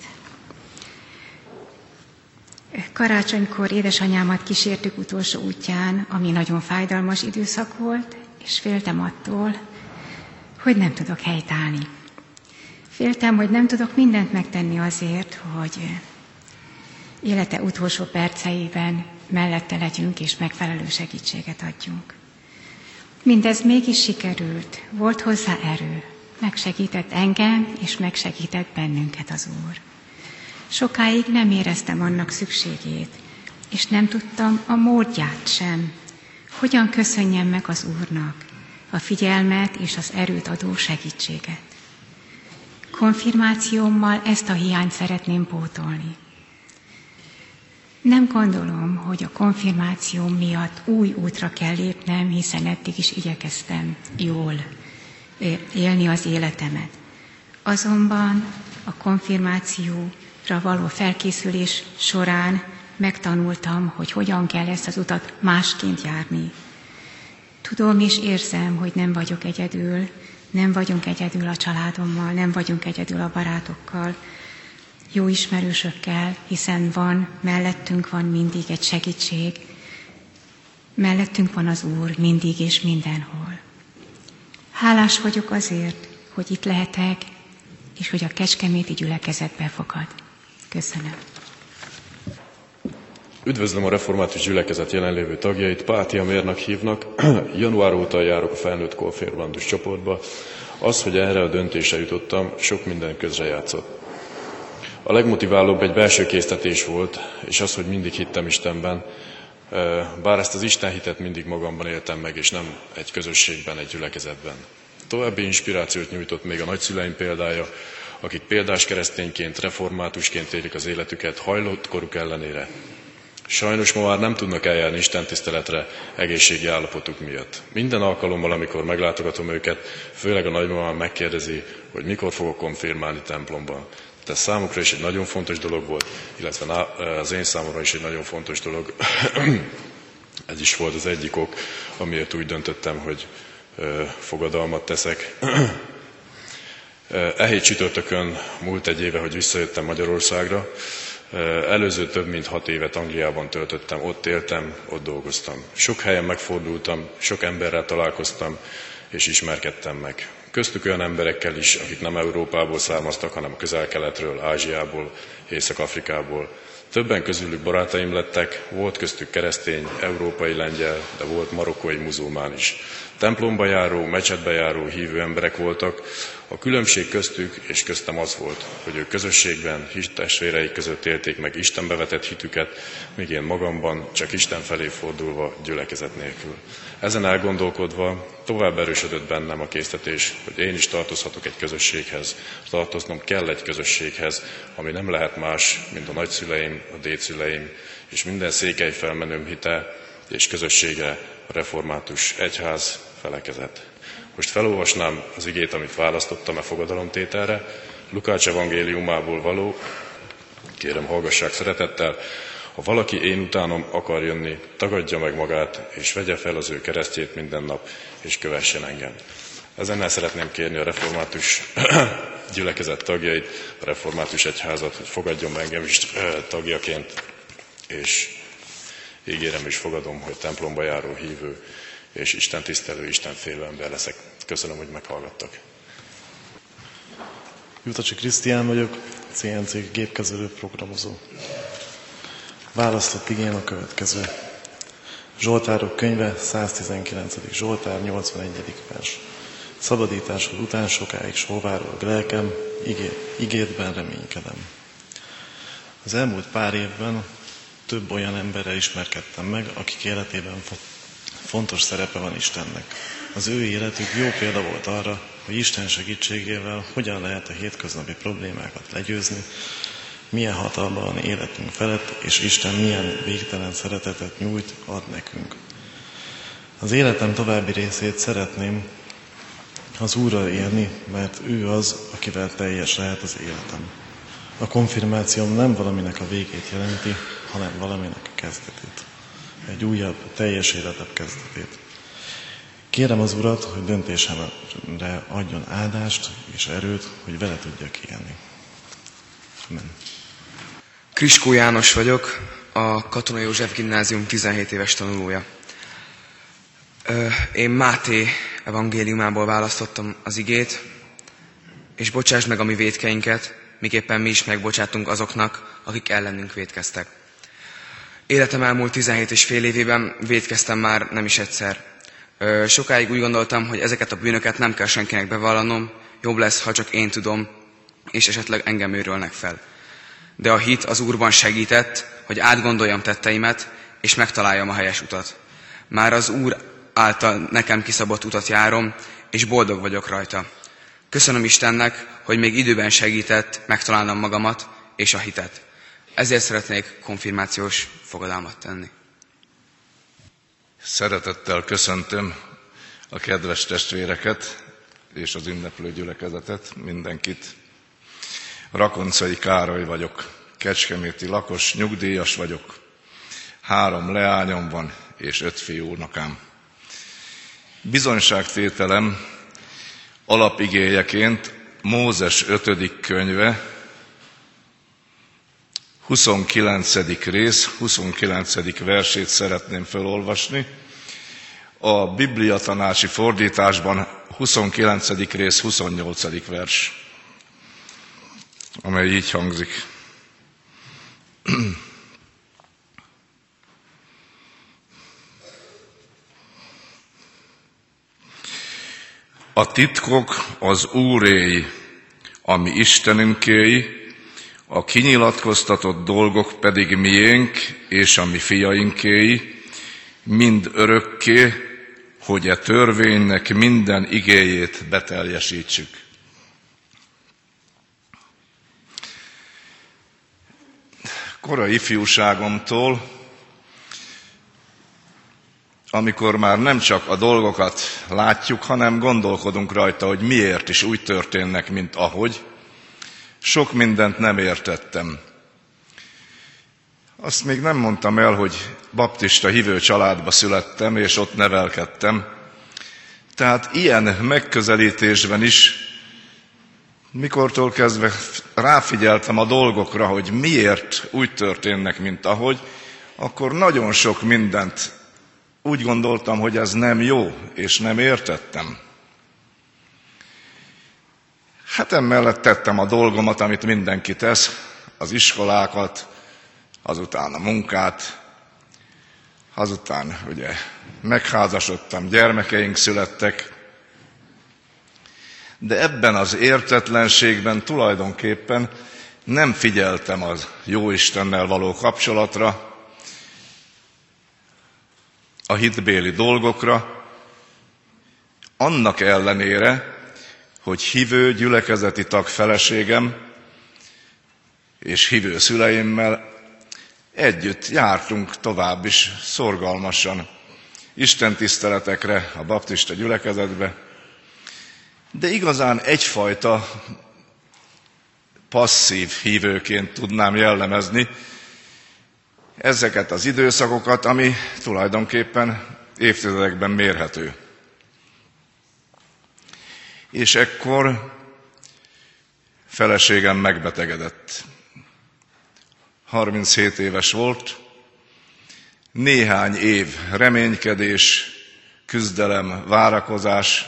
Karácsonykor édesanyámat kísértük utolsó útján, ami nagyon fájdalmas időszak volt, és féltem attól, hogy nem tudok helytállni. Féltem, hogy nem tudok mindent megtenni azért, hogy élete utolsó perceiben mellette legyünk és megfelelő segítséget adjunk. Mindez mégis sikerült, volt hozzá erő, megsegített engem és megsegített bennünket az Úr. Sokáig nem éreztem annak szükségét, és nem tudtam a módját sem, hogyan köszönjem meg az Úrnak a figyelmet és az erőt adó segítséget. Konfirmációmmal ezt a hiányt szeretném pótolni. Nem gondolom, hogy a konfirmáció miatt új útra kell lépnem, hiszen eddig is igyekeztem jól élni az életemet. Azonban a konfirmációra való felkészülés során megtanultam, hogy hogyan kell ezt az utat másként járni. Tudom és érzem, hogy nem vagyok egyedül, nem vagyunk egyedül a családommal, nem vagyunk egyedül a barátokkal, jó ismerősökkel, hiszen van, mellettünk van mindig egy segítség, mellettünk van az Úr mindig és mindenhol. Hálás vagyok azért, hogy itt lehetek, és hogy a kecskeméti gyülekezet befogad. Köszönöm. Üdvözlöm a református gyülekezet jelenlévő tagjait, Pátia Mérnak hívnak. Január óta járok a felnőtt konfirmandus csoportba. Az, hogy erre a döntésre jutottam, sok minden közrejátszott. A legmotiválóbb egy belső késztetés volt, és az, hogy mindig hittem Istenben, bár ezt az Isten hitet mindig magamban éltem meg, és nem egy közösségben, egy gyülekezetben. További inspirációt nyújtott még a nagyszüleim példája, akik példás keresztényként, reformátusként élik az életüket hajlott koruk ellenére. Sajnos ma már nem tudnak eljárni istentiszteletre egészségi állapotuk miatt. Minden alkalommal, amikor meglátogatom őket, főleg a nagymamám megkérdezi, hogy mikor fogok konfirmálni templomban. Ez számukra is egy nagyon fontos dolog volt, illetve az én számomra is egy nagyon fontos dolog. Ez is volt az egyik ok, amiért úgy döntöttem, hogy fogadalmat teszek. E hét csütörtökön múlt egy éve, hogy visszajöttem Magyarországra. Előző több mint hat évet Angliában töltöttem, ott éltem, ott dolgoztam. Sok helyen megfordultam, sok emberrel találkoztam, és ismerkedtem meg. Köztük olyan emberekkel is, akik nem Európából származtak, hanem Közel-Keletről, Ázsiából, Észak-Afrikából. Többen közülük barátaim lettek, volt köztük keresztény, európai lengyel, de volt marokkói muzulmán is. Templomba járó, mecsetbe járó hívő emberek voltak. A különbség köztük és köztem az volt, hogy ők közösségben, hittestvéreik között élték meg Istenbe vetett hitüket, míg én magamban csak Isten felé fordulva, gyülekezet nélkül. Ezen elgondolkodva tovább erősödött bennem a késztetés, hogy én is tartozhatok egy közösséghez, tartoznom kell egy közösséghez, ami nem lehet más, mint a nagyszüleim, a dédszüleim és minden székely felmenőm hite és közössége, a református egyház, felekezet. Most felolvasnám az igét, amit választottam a fogadalomtételre, Lukács evangéliumából való, kérem hallgassák szeretettel, ha valaki én utánom akar jönni, tagadja meg magát, és vegye fel az ő keresztjét minden nap, és kövessen engem. Ezennel szeretném kérni a református gyülekezet tagjait, a Református Egyházat, hogy fogadjon meg engem is tagjaként, és ígérem és fogadom, hogy templomba járó hívő és Isten tisztelő, Isten félő ember leszek. Köszönöm, hogy meghallgattak. Jutacsi Krisztián vagyok, cé en cé gépkezelő programozó. Választott igém a következő. Zsoltárok könyve, száztizenkilencedik Zsoltár, nyolcvanegyedik vers. Szabadításod után sokáig sóvárog lelkem, igé, igédben reménykedem. Az elmúlt pár évben több olyan emberrel ismerkedtem meg, akik életében fontos szerepe van Istennek. Az ő életük jó példa volt arra, hogy Isten segítségével hogyan lehet a hétköznapi problémákat legyőzni, milyen hatalma van életünk felett, és Isten milyen végtelen szeretetet nyújt, ad nekünk. Az életem további részét szeretném az Úrral élni, mert ő az, akivel teljes lehet az életem. A konfirmációm nem valaminek a végét jelenti, hanem valaminek a kezdetét. Egy újabb, teljes életebb kezdetét. Kérem az Urat, hogy döntésemre adjon áldást és erőt, hogy vele tudjak élni. Amen. Kriskó János vagyok, a Katona József Gimnázium tizenhét éves tanulója. Én Máté evangéliumából választottam az igét, és bocsásd meg a mi vétkeinket, miképpen mi is megbocsátunk azoknak, akik ellenünk vétkeztek. Életem elmúlt tizenhét és fél évében vétkeztem már nem is egyszer. Sokáig úgy gondoltam, hogy ezeket a bűnöket nem kell senkinek bevallanom, jobb lesz, ha csak én tudom, és esetleg engem őrölnek fel. De a hit az Úrban segített, hogy átgondoljam tetteimet, és megtaláljam a helyes utat. Már az Úr által nekem kiszabott utat járom, és boldog vagyok rajta. Köszönöm Istennek, hogy még időben segített megtalálnom magamat és a hitet. Ezért szeretnék konfirmációs fogadalmat tenni. Szeretettel köszöntöm a kedves testvéreket és az ünneplő gyülekezetet, mindenkit. Rakoncai Károly vagyok, kecskeméti lakos, nyugdíjas vagyok. Három leányom van és öt fiúnokám. Bizonyságtételem alapigéjeként Mózes ötödik könyve, huszonkilencedik rész, huszonkilencedik versét szeretném felolvasni. A bibliatanácsi fordításban huszonkilencedik rész, huszonnyolcadik vers, amely így hangzik. A titkok az Úréi, ami Istenünkéi, a kinyilatkoztatott dolgok pedig miénk és a mi fiainkéi, mind örökké, hogy e törvénynek minden igéjét beteljesítsük. Korai ifjúságomtól, amikor már nem csak a dolgokat látjuk, hanem gondolkodunk rajta, hogy miért is úgy történnek, mint ahogy, sok mindent nem értettem. Azt még nem mondtam el, hogy baptista hívő családba születtem, és ott nevelkedtem. Tehát ilyen megközelítésben is, mikortól kezdve ráfigyeltem a dolgokra, hogy miért úgy történnek, mint ahogy, akkor nagyon sok mindent úgy gondoltam, hogy ez nem jó, és nem értettem. Hát emellett tettem a dolgomat, amit mindenki tesz, az iskolákat, azután a munkát, azután ugye megházasodtam, gyermekeink születtek, de ebben az értetlenségben tulajdonképpen nem figyeltem az Jóistennel való kapcsolatra, a hitbéli dolgokra, annak ellenére, hogy hívő gyülekezeti tag feleségem és hívő szüleimmel együtt jártunk tovább is szorgalmasan istentiszteletekre, a baptista gyülekezetbe, de igazán egyfajta passzív hívőként tudnám jellemezni ezeket az időszakokat, ami tulajdonképpen évtizedekben mérhető. És ekkor feleségem megbetegedett. harminchét éves volt, néhány év reménykedés, küzdelem, várakozás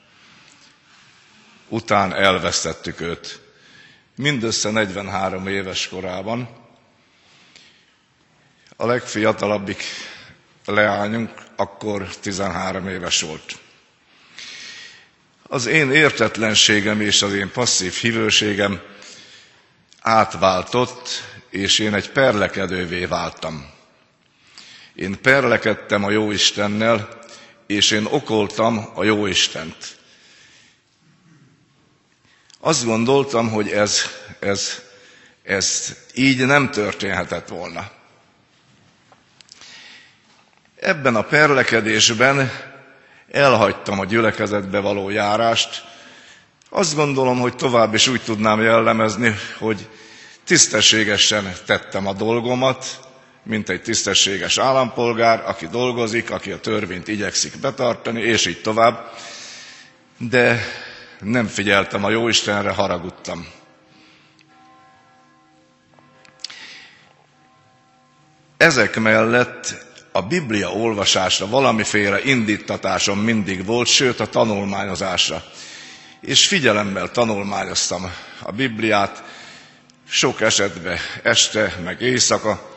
után elvesztettük őt. Mindössze negyvenhárom éves korában. A legfiatalabbik leányunk akkor tizenhárom éves volt. Az én értetlenségem és az én passzív hívőségem átváltott, és én egy perlekedővé váltam. Én perlekedtem a Jóistennel, és én okoltam a Jóistent. Azt gondoltam, hogy ez, ez, ez így nem történhetett volna. Ebben a perlekedésben elhagytam a gyülekezetbe való járást. Azt gondolom, hogy tovább is úgy tudnám jellemezni, hogy tisztességesen tettem a dolgomat, mint egy tisztességes állampolgár, aki dolgozik, aki a törvényt igyekszik betartani, és így tovább. De nem figyeltem a Jóistenre, haragudtam. Ezek mellett a Biblia olvasásra valamiféle indítatásom mindig volt, sőt a tanulmányozásra. És figyelemmel tanulmányoztam a Bibliát, sok esetben este, meg éjszaka,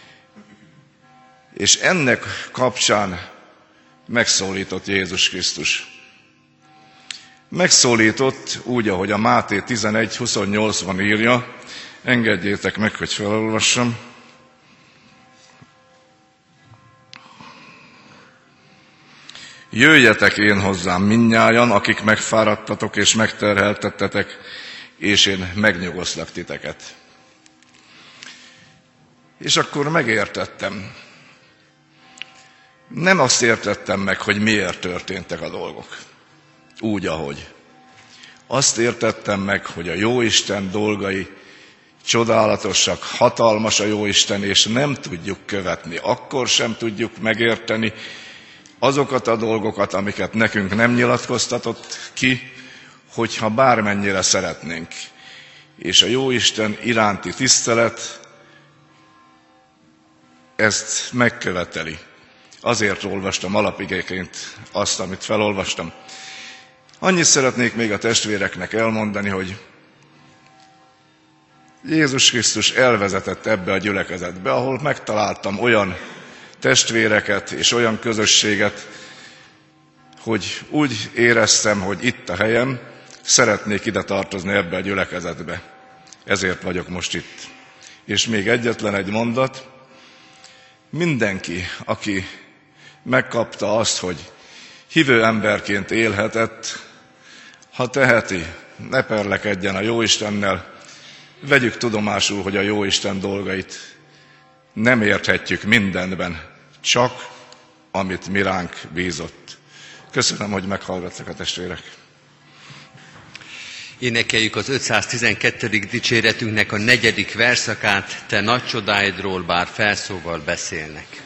és ennek kapcsán megszólított Jézus Krisztus. Megszólított úgy, ahogy a Máté tizenegy huszonnyolcban írja, engedjétek meg, hogy felolvassam. Jöjjetek én hozzám mindnyájan, akik megfáradtatok és megterheltettetek, és én megnyugosztlak titeket. És akkor megértettem. Nem azt értettem meg, hogy miért történtek a dolgok. Úgy, ahogy. Azt értettem meg, hogy a Jóisten dolgai csodálatosak, hatalmas a Jóisten, és nem tudjuk követni. Akkor sem tudjuk megérteni azokat a dolgokat, amiket nekünk nem nyilatkoztatott ki, hogyha bármennyire szeretnénk. És a Jóisten iránti tisztelet ezt megköveteli. Azért olvastam alapigéként azt, amit felolvastam. Annyit szeretnék még a testvéreknek elmondani, hogy Jézus Krisztus elvezetett ebbe a gyülekezetbe, ahol megtaláltam olyan testvéreket és olyan közösséget, hogy úgy éreztem, hogy itt a helyem, szeretnék ide tartozni ebbe a gyülekezetbe. Ezért vagyok most itt. És még egyetlen egy mondat. Mindenki, aki megkapta azt, hogy hívő emberként élhetett, ha teheti, ne perlekedjen a Jóistennel, vegyük tudomásul, hogy a Jóisten dolgait nem érthetjük mindenben, csak amit mi ránk bízott. Köszönöm, hogy meghallgattak a testvérek. Énekeljük az ötszáztizenkettedik dicséretünknek a negyedik verszakát, te nagy csodáidról bár felszóval beszélnek.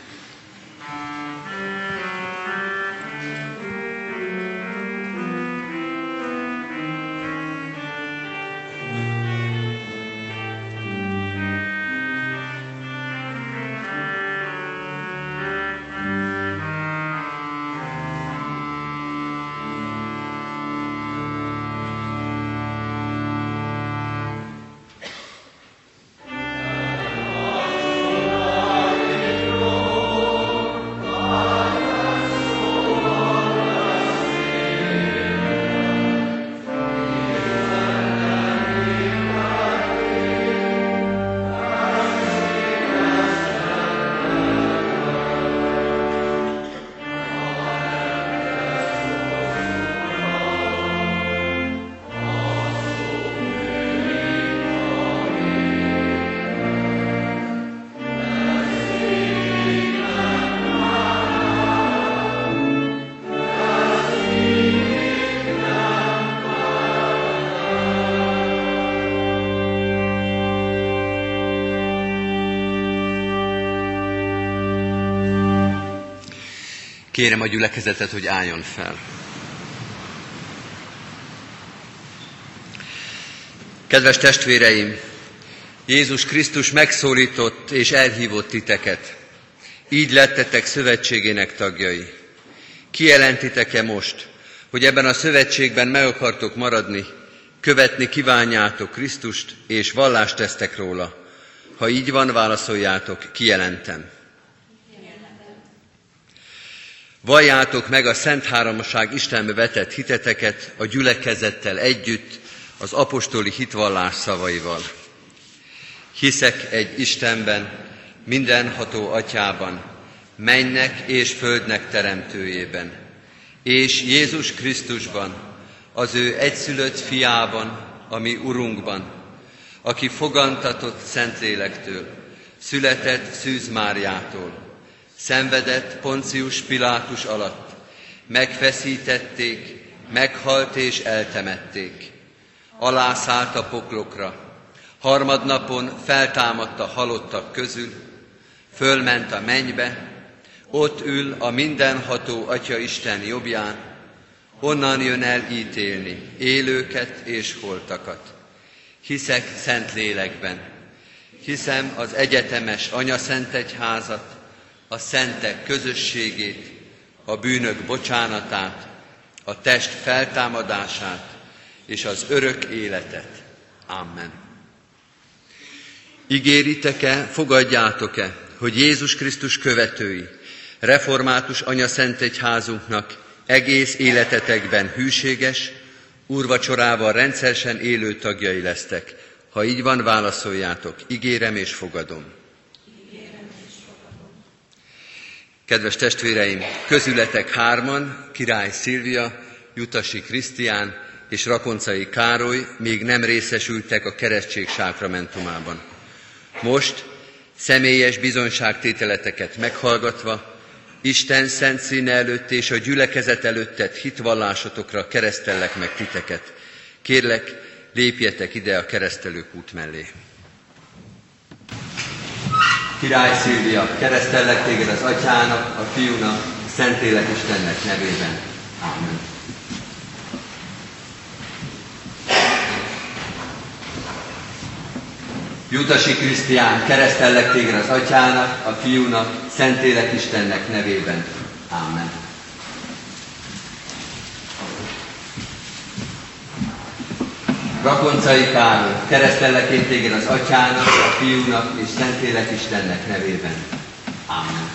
Kérem a gyülekezetet, hogy álljon fel. Kedves testvéreim, Jézus Krisztus megszólított és elhívott titeket. Így lettetek szövetségének tagjai. Kijelentitek-e most, hogy ebben a szövetségben meg akartok maradni, követni kívánjátok Krisztust, és vallást tesztek róla? Ha így van, válaszoljátok, kijelentem. Valljátok meg a Szent Háromság Istenbe vetett hiteteket a gyülekezettel együtt, az apostoli hitvallás szavaival. Hiszek egy Istenben, mindenható Atyában, mennek és földnek teremtőjében, és Jézus Krisztusban, az ő egyszülött fiában, a mi Urunkban, aki fogantatott Szentlélektől, született Szűz Máriától, szenvedett Poncius Pilátus alatt, megfeszítették, meghalt és eltemették. Alászállt a poklokra, harmadnapon feltámadt a halottak közül, fölment a mennybe, ott ül a mindenható Atya Isten jobbján, onnan jön el ítélni élőket és holtakat. Hiszek szent lélekben, hiszem az egyetemes anyaszentegyházat, a szentek közösségét, a bűnök bocsánatát, a test feltámadását és az örök életet. Amen. Ígéritek-e, fogadjátok-e, hogy Jézus Krisztus követői, református anyaszentegyházunknak egész életetekben hűséges, úrvacsorával rendszeresen élő tagjai lesztek? Ha így van, válaszoljátok, ígérem és fogadom. Kedves testvéreim, közületek hárman, Király Szilvia, Jutasi Krisztián és Rakoncai Károly még nem részesültek a keresztség sákramentumában. Most személyes bizonyságtételeteket meghallgatva, Isten szent színe előtt és a gyülekezet előtt tett hitvallásotokra keresztellek meg titeket. Kérlek, lépjetek ide a keresztelők út mellé. Király Szilvia, keresztellek téged az Atyának, a Fiúnak, a Szentlélek Istennek nevében. Amen. Jutasi Krisztián, keresztellek téged az Atyának, a Fiúnak, Szentlélek Istennek nevében. Amen. Rakoncai Károly, keresztellek én téged az Atyának, a Fiúnak és Szentlélek Istennek nevében. Amen.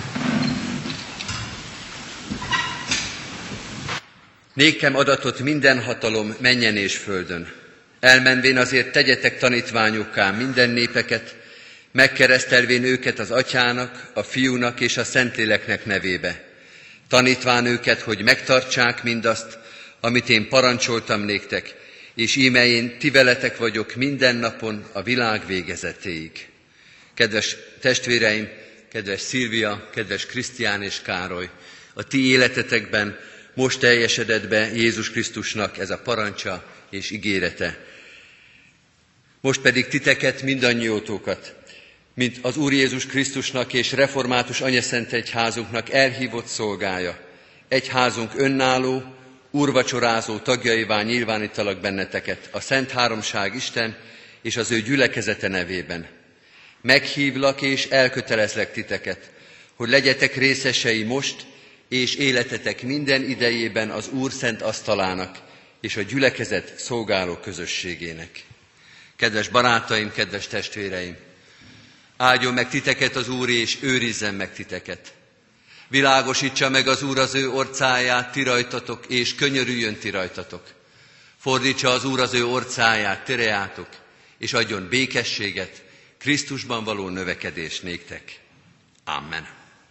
Nékem adatot minden hatalom mennyen és földön. Elmenvén azért tegyetek tanítványukká minden népeket, megkeresztelvén őket az Atyának, a Fiúnak és a Szentléleknek nevébe. Tanítván őket, hogy megtartsák mindazt, amit én parancsoltam néktek, és íme én ti veletek vagyok minden napon a világ végezetéig. Kedves testvéreim, kedves Szilvia, kedves Krisztián és Károly, a ti életetekben most teljesedett be Jézus Krisztusnak ez a parancsa és ígérete. Most pedig titeket, mindannyiótokat, mint az Úr Jézus Krisztusnak és református anyaszentegyházunknak elhívott szolgája, egyházunk önálló, úrvacsorázó tagjaivá nyilvánítalak benneteket a Szent Háromság Isten és az ő gyülekezete nevében. Meghívlak és elkötelezlek titeket, hogy legyetek részesei most és életetek minden idejében az Úr szent asztalának és a gyülekezet szolgáló közösségének. Kedves barátaim, kedves testvéreim! Áldjon meg titeket az Úr, és őrizzen meg titeket. Világosítsa meg az Úr az ő orcáját ti rajtatok, és könyörüljön ti rajtatok. Fordítsa az Úr az ő orcáját ti reátok, és adjon békességet, Krisztusban való növekedés néktek. Amen.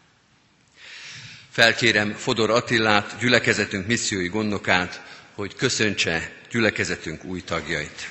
Felkérem Fodor Attilát, gyülekezetünk missziói gondnokát, hogy köszöntse gyülekezetünk új tagjait.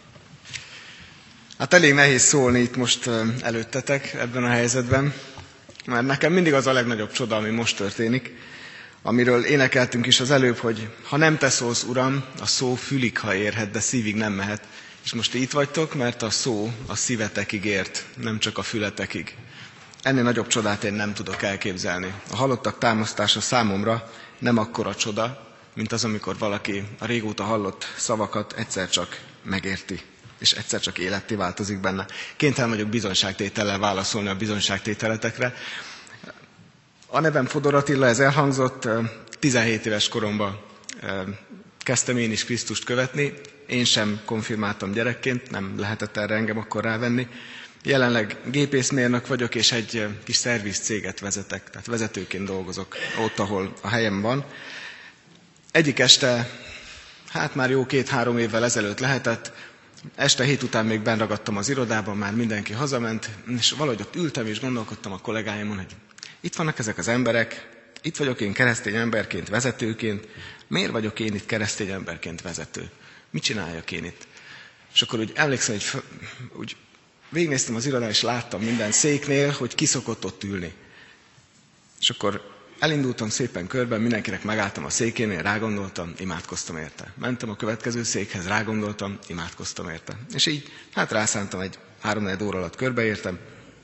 Hát elég nehéz szólni itt most előttetek ebben a helyzetben, mert nekem mindig az a legnagyobb csoda, ami most történik, amiről énekeltünk is az előbb, hogy ha nem te szólsz, Uram, a szó fülig, ha érhet, de szívig nem mehet. És most itt vagytok, mert a szó a szívetekig ért, nem csak a fületekig. Ennél nagyobb csodát én nem tudok elképzelni. A halottak támasztása számomra nem akkora csoda, mint az, amikor valaki a régóta hallott szavakat egyszer csak megérti. és egyszer csak életté változik benne. Kénytelen vagyok bizonyságtétellel válaszolni a bizonyságtételetekre. A nevem Fodor Attila, ez elhangzott, tizenhét éves koromban kezdtem én is Krisztust követni, én sem konfirmáltam gyerekként, nem lehetett erre engem akkor rávenni. Jelenleg gépészmérnök vagyok, és egy kis szerviz céget vezetek, tehát vezetőként dolgozok ott, ahol a helyem van. Egyik este, hát már jó két-három évvel ezelőtt lehetett, este hét után még benn ragadtam az irodában, már mindenki hazament, és valahogy ott ültem és gondolkodtam a kollégáimon, hogy itt vannak ezek az emberek, itt vagyok én keresztény emberként, vezetőként, miért vagyok én itt keresztény emberként vezető? Mit csináljak én itt? És akkor úgy emlékszem, hogy úgy végignéztem az irodán, és láttam minden széknél, hogy ki szokott ott ülni. És akkor elindultam szépen körben, mindenkinek megálltam a székénél, rágondoltam, imádkoztam érte. Mentem a következő székhez, rágondoltam, imádkoztam érte. És így, hát rászántam, egy három-négy óra alatt körbeértem.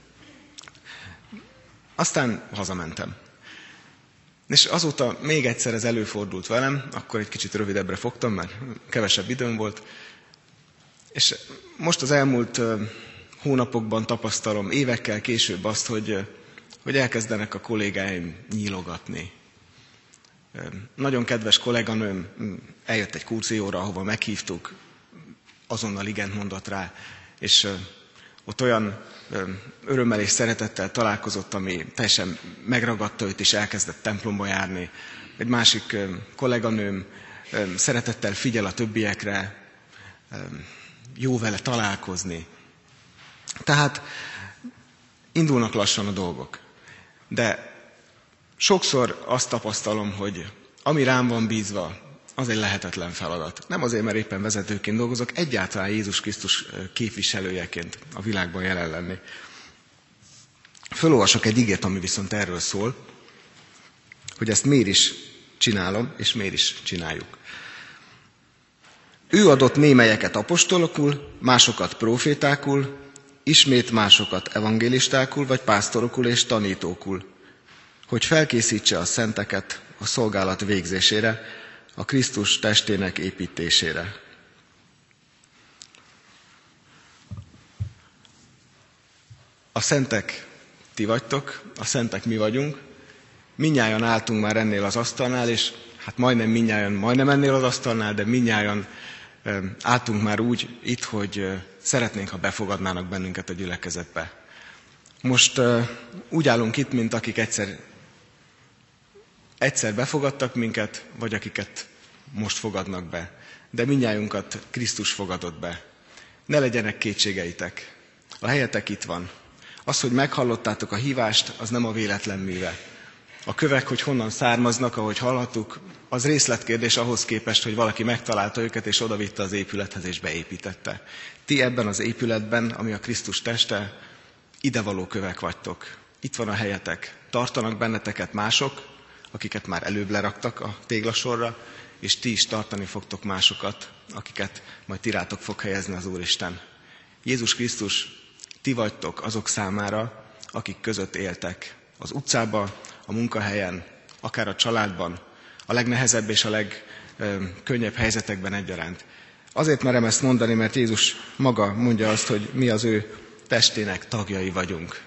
Aztán hazamentem. És azóta még egyszer ez előfordult velem, akkor egy kicsit rövidebbre fogtam, mert kevesebb időm volt. És most az elmúlt hónapokban tapasztalom, évekkel később azt, hogy, hogy elkezdenek a kollégáim nyílogatni. Nagyon kedves kolléganőm eljött egy kurzióra, ahova meghívtuk, azonnal igent mondott rá, és ott olyan örömmel és szeretettel találkozott, ami teljesen megragadta őt, és elkezdett templomba járni. Egy másik kolléganőm szeretettel figyel a többiekre, jó vele találkozni. Tehát indulnak lassan a dolgok. De sokszor azt tapasztalom, hogy ami rám van bízva, az egy lehetetlen feladat. Nem azért, mert éppen vezetőként dolgozok, egyáltalán Jézus Krisztus képviselőjeként a világban jelen lenni. Fölolvasok egy igét, ami viszont erről szól, hogy ezt miért is csinálom, és miért is csináljuk. Ő adott némelyeket apostolokul, másokat profétákul, ismét másokat evangélistákul, vagy pásztorokul és tanítókul, hogy felkészítse a szenteket a szolgálat végzésére, a Krisztus testének építésére. A szentek ti vagytok, a szentek mi vagyunk, mindnyájan álltunk már ennél az asztalnál, és hát majdnem mindnyájan, majdnem ennél az asztalnál, de mindnyájan álltunk már úgy itt, hogy szeretnénk, ha befogadnának bennünket a gyülekezetbe. Most úgy állunk itt, mint akik egyszer, egyszer befogadtak minket, vagy akiket most fogadnak be. De mindnyájunkat Krisztus fogadott be. Ne legyenek kétségeitek. A helyetek itt van. Az, hogy meghallottátok a hívást, az nem a véletlen műve. A kövek, hogy honnan származnak, ahogy hallhattuk, az részletkérdés ahhoz képest, hogy valaki megtalálta őket, és odavitte az épülethez, és beépítette. Ti ebben az épületben, ami a Krisztus teste, idevaló kövek vagytok. Itt van a helyetek. Tartanak benneteket mások, akiket már előbb leraktak a téglasorra, és ti is tartani fogtok másokat, akiket majd ti rátok fog helyezni az Úristen. Jézus Krisztus, ti vagytok azok számára, akik között éltek. Az utcában, a munkahelyen, akár a családban, a legnehezebb és a legkönnyebb helyzetekben egyaránt. Azért merem ezt mondani, mert Jézus maga mondja azt, hogy mi az ő testének tagjai vagyunk.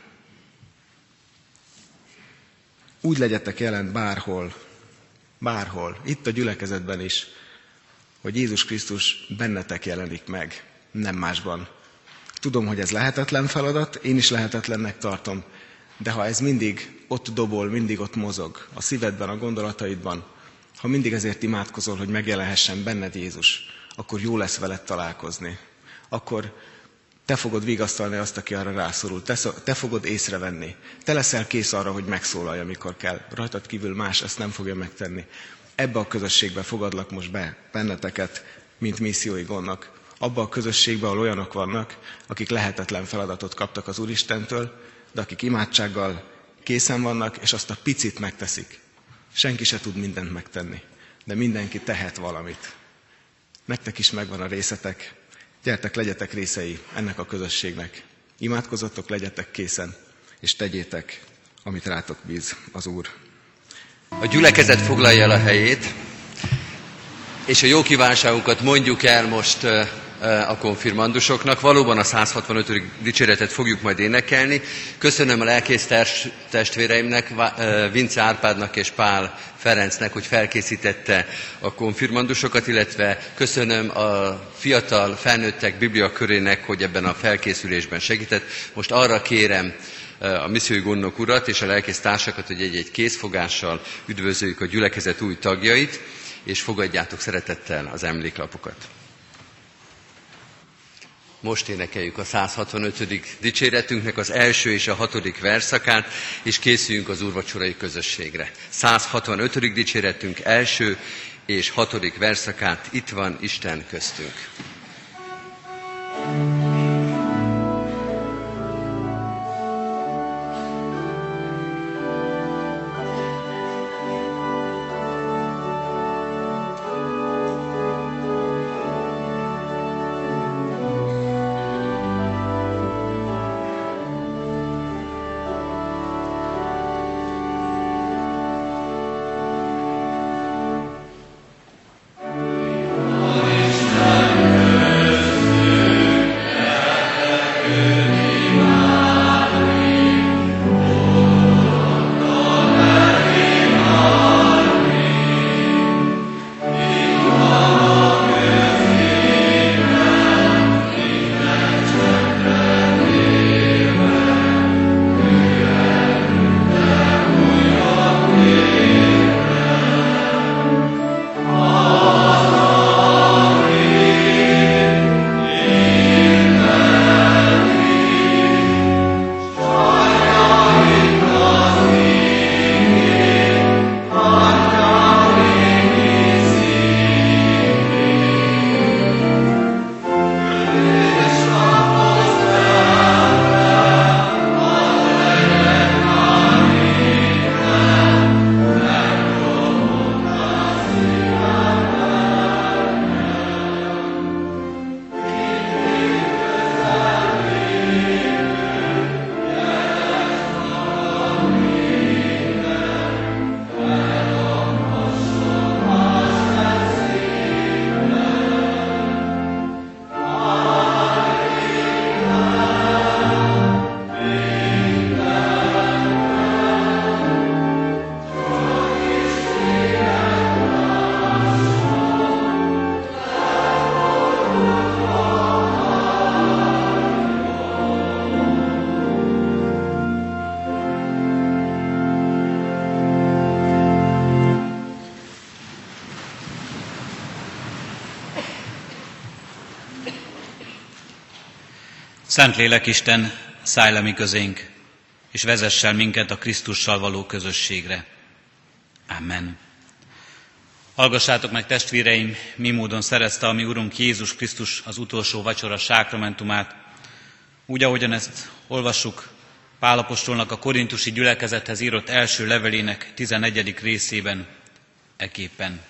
Úgy legyetek jelen bárhol, bárhol, itt a gyülekezetben is, hogy Jézus Krisztus bennetek jelenik meg, nem másban. Tudom, hogy ez lehetetlen feladat, én is lehetetlennek tartom, de ha ez mindig ott dobol, mindig ott mozog, a szívedben, a gondolataidban, ha mindig ezért imádkozol, hogy megjelenhessen benned Jézus, akkor jó lesz veled találkozni. Akkor te fogod vigasztalni azt, aki arra rászorul, te, te fogod észrevenni. Te leszel kész arra, hogy megszólalj, amikor kell. Rajtad kívül más ezt nem fogja megtenni. Ebbe a közösségbe fogadlak most be benneteket, mint missziói gondnak. Abba a közösségbe, ahol olyanok vannak, akik lehetetlen feladatot kaptak az Úristentől, de akik imádsággal készen vannak, és azt a picit megteszik. Senki se tud mindent megtenni, de mindenki tehet valamit. Nektek is megvan a részetek, gyertek, legyetek részei ennek a közösségnek. Imádkozzatok, legyetek készen, és tegyétek, amit rátok bíz az Úr. A gyülekezet foglalja el a helyét, és a jó kívánságunkat mondjuk el most a konfirmandusoknak. Valóban a száz hatvanötödik dicséretet fogjuk majd énekelni. Köszönöm a lelkész testvéreimnek, Vince Árpádnak és Pál Ferencnek, hogy felkészítette a konfirmandusokat, illetve köszönöm a fiatal felnőttek Biblia körének, hogy ebben a felkészülésben segített. Most arra kérem a missziói gondnok urat és a lelkész társakat, hogy egy-egy készfogással üdvözöljük a gyülekezet új tagjait, és fogadjátok szeretettel az emléklapokat. Most énekeljük a száz hatvanötödik dicséretünknek az első és a hatodik verszakát, és készüljünk az úrvacsorai közösségre. száz hatvanötödik dicséretünk első és hatodik verszakát, itt van Isten köztünk. Szentlélek Isten, szállj le mi közénk, és vezessen minket a Krisztussal való közösségre. Amen. Hallgassátok meg, testvéreim, mi módon szerezte a mi Urunk Jézus Krisztus az utolsó vacsora sákramentumát, úgy, ahogyan ezt olvassuk Pál apostolnak a korintusi gyülekezethez írott első levelének tizennegyedik részében, eképpen.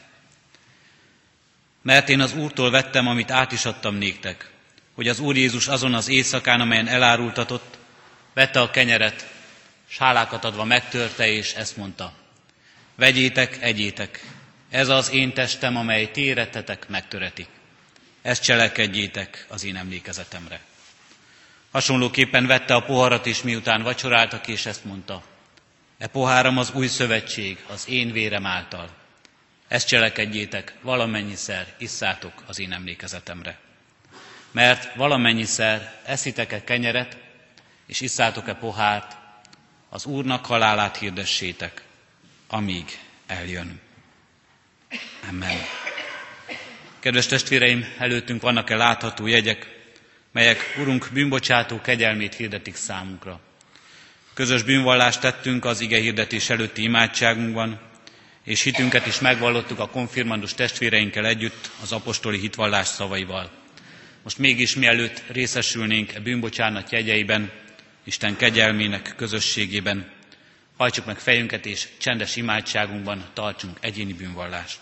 Mert én az Úrtól vettem, amit át is adtam néktek, hogy az Úr Jézus azon az éjszakán, amelyen elárultatott, vette a kenyeret, s hálákat adva megtörte, és ezt mondta: vegyétek, egyétek, ez az én testem, amely ti érettetek, megtöretik. Ezt cselekedjétek az én emlékezetemre. Hasonlóképpen vette a poharat is, miután vacsoráltak, és ezt mondta: e poháram az új szövetség, az én vérem által. Ezt cselekedjétek, valamennyiszer isszátok az én emlékezetemre. Mert valamennyiszer eszitek-e kenyeret, és isszátok-e pohárt, az Úrnak halálát hirdessétek, amíg eljön. Amen. Kedves testvéreim, előttünk vannak-e látható jegyek, melyek Urunk bűnbocsátó kegyelmét hirdetik számunkra. Közös bűnvallást tettünk az ige hirdetés előtti imádságunkban, és hitünket is megvallottuk a konfirmandus testvéreinkkel együtt az apostoli hitvallás szavaival. Most mégis mielőtt részesülnénk a bűnbocsánat jegyeiben, Isten kegyelmének közösségében, hajtsuk meg fejünket, és csendes imádságunkban tartsunk egyéni bűnvallást.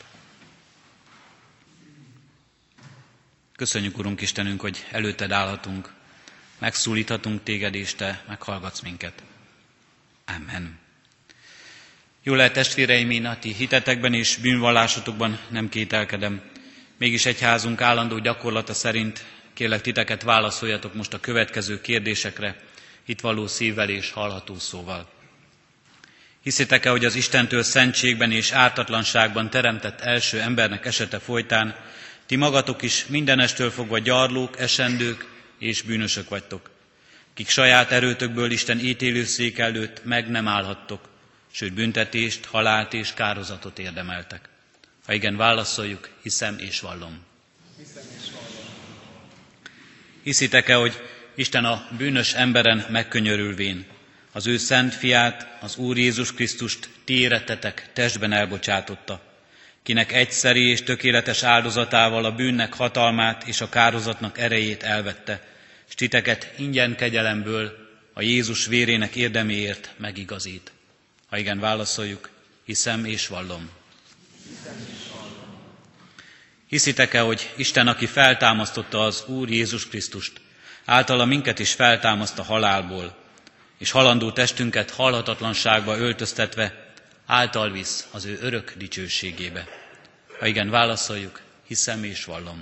Köszönjük, Urunk Istenünk, hogy előtted állhatunk, megszólíthatunk téged, és te meghallgatsz minket. Amen. Jó lehet, testvéreim, én a ti hitetekben és bűnvallásotokban nem kételkedem. Mégis egyházunk állandó gyakorlata szerint kérlek titeket, válaszoljatok most a következő kérdésekre, itt való szívvel és hallható szóval. Hiszitek-e, hogy az Istentől szentségben és ártatlanságban teremtett első embernek esete folytán ti magatok is mindenestől fogva gyarlók, esendők és bűnösök vagytok, kik saját erőtökből Isten ítélőszék előtt meg nem állhattok, sőt büntetést, halált és kározatot érdemeltek? Ha igen, válaszoljuk, hiszem és vallom. Hiszem és vallom. Hiszitek-e, hogy Isten a bűnös emberen megkönyörülvén az ő szent fiát, az Úr Jézus Krisztust ti érettetek testben elbocsátotta, kinek egyszeri és tökéletes áldozatával a bűnnek hatalmát és a kározatnak erejét elvette, s titeket ingyen kegyelemből a Jézus vérének érdeméért megigazít? Ha igen, válaszoljuk, hiszem és vallom. Hiszitek-e, hogy Isten, aki feltámasztotta az Úr Jézus Krisztust, általa minket is feltámaszt a halálból, és halandó testünket halhatatlanságba öltöztetve által visz az ő örök dicsőségébe? Ha igen, válaszoljuk, hiszem és vallom.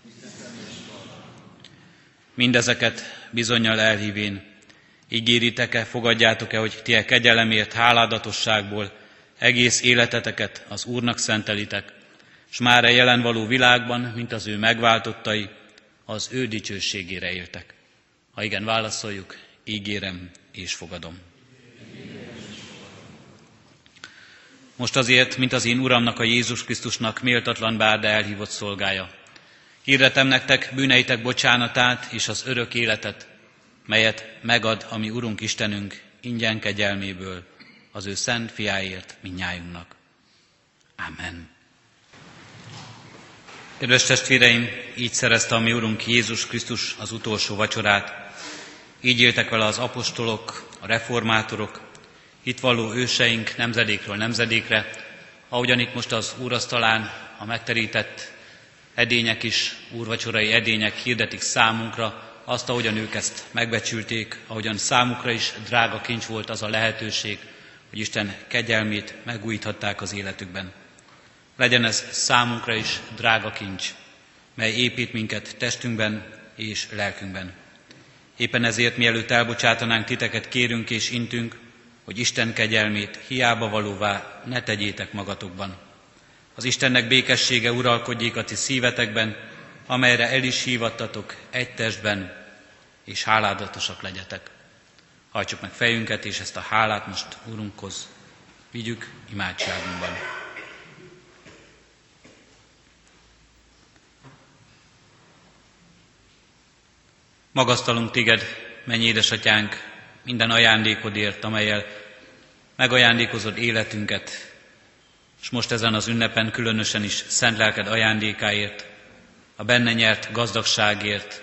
Mindezeket bizonnyal elhívén, ígéritek-e, fogadjátok-e, hogy ti a kegyelemért háládatosságból egész életeteket az Úrnak szentelitek, s már a jelen való világban, mint az ő megváltottai, az ő dicsőségére éltek? Ha igen, válaszoljuk, ígérem és fogadom. Most azért, mint az én Uramnak, a Jézus Krisztusnak méltatlan bár, de elhívott szolgája, hirdetem nektek bűneitek bocsánatát és az örök életet, melyet megad a mi Urunk Istenünk ingyen kegyelméből az ő szent fiáért mindnyájunknak. Amen. Kedves testvéreim, így szerezte a mi Urunk Jézus Krisztus az utolsó vacsorát. Így éltek vele az apostolok, a reformátorok, itt való őseink nemzedékről nemzedékre, ahogyan itt most az úrasztalán a megterített edények is, úrvacsorai edények hirdetik számunkra azt, ahogyan ők ezt megbecsülték, ahogyan számukra is drága kincs volt az a lehetőség, hogy Isten kegyelmét megújíthatták az életükben. Legyen ez számunkra is drága kincs, mely épít minket testünkben és lelkünkben. Éppen ezért, mielőtt elbocsátanánk titeket, kérünk és intünk, hogy Isten kegyelmét hiába valóvá ne tegyétek magatokban. Az Istennek békessége uralkodjék a ti szívetekben, amelyre el is hívattatok egy testben, és háládatosak legyetek. Hajtsuk meg fejünket, és ezt a hálát most Urunkhoz vigyük imádságunkban. Magasztalunk téged, menny édesatyánk, minden ajándékodért, amellyel megajándékozod életünket, és most ezen az ünnepen különösen is szent lelked ajándékáért, a benne nyert gazdagságért,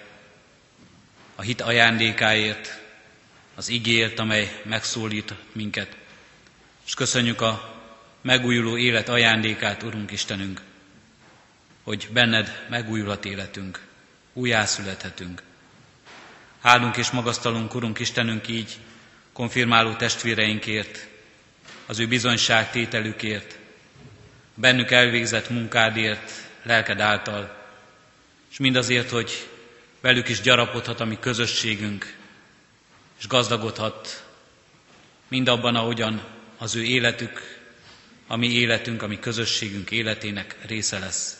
a hit ajándékáért, az igéért, amely megszólít minket. És köszönjük a megújuló élet ajándékát, Urunk Istenünk, hogy benned megújulhat életünk, újjászülethetünk. Hálunk és magasztalunk, Urunk Istenünk, így konfirmáló testvéreinkért, az ő bizonyságtételükért, bennük elvégzett munkádért, lelked által, és mindazért, hogy velük is gyarapodhat a mi közösségünk, és gazdagodhat mindabban, ahogyan az ő életük, a mi életünk, a mi közösségünk életének része lesz.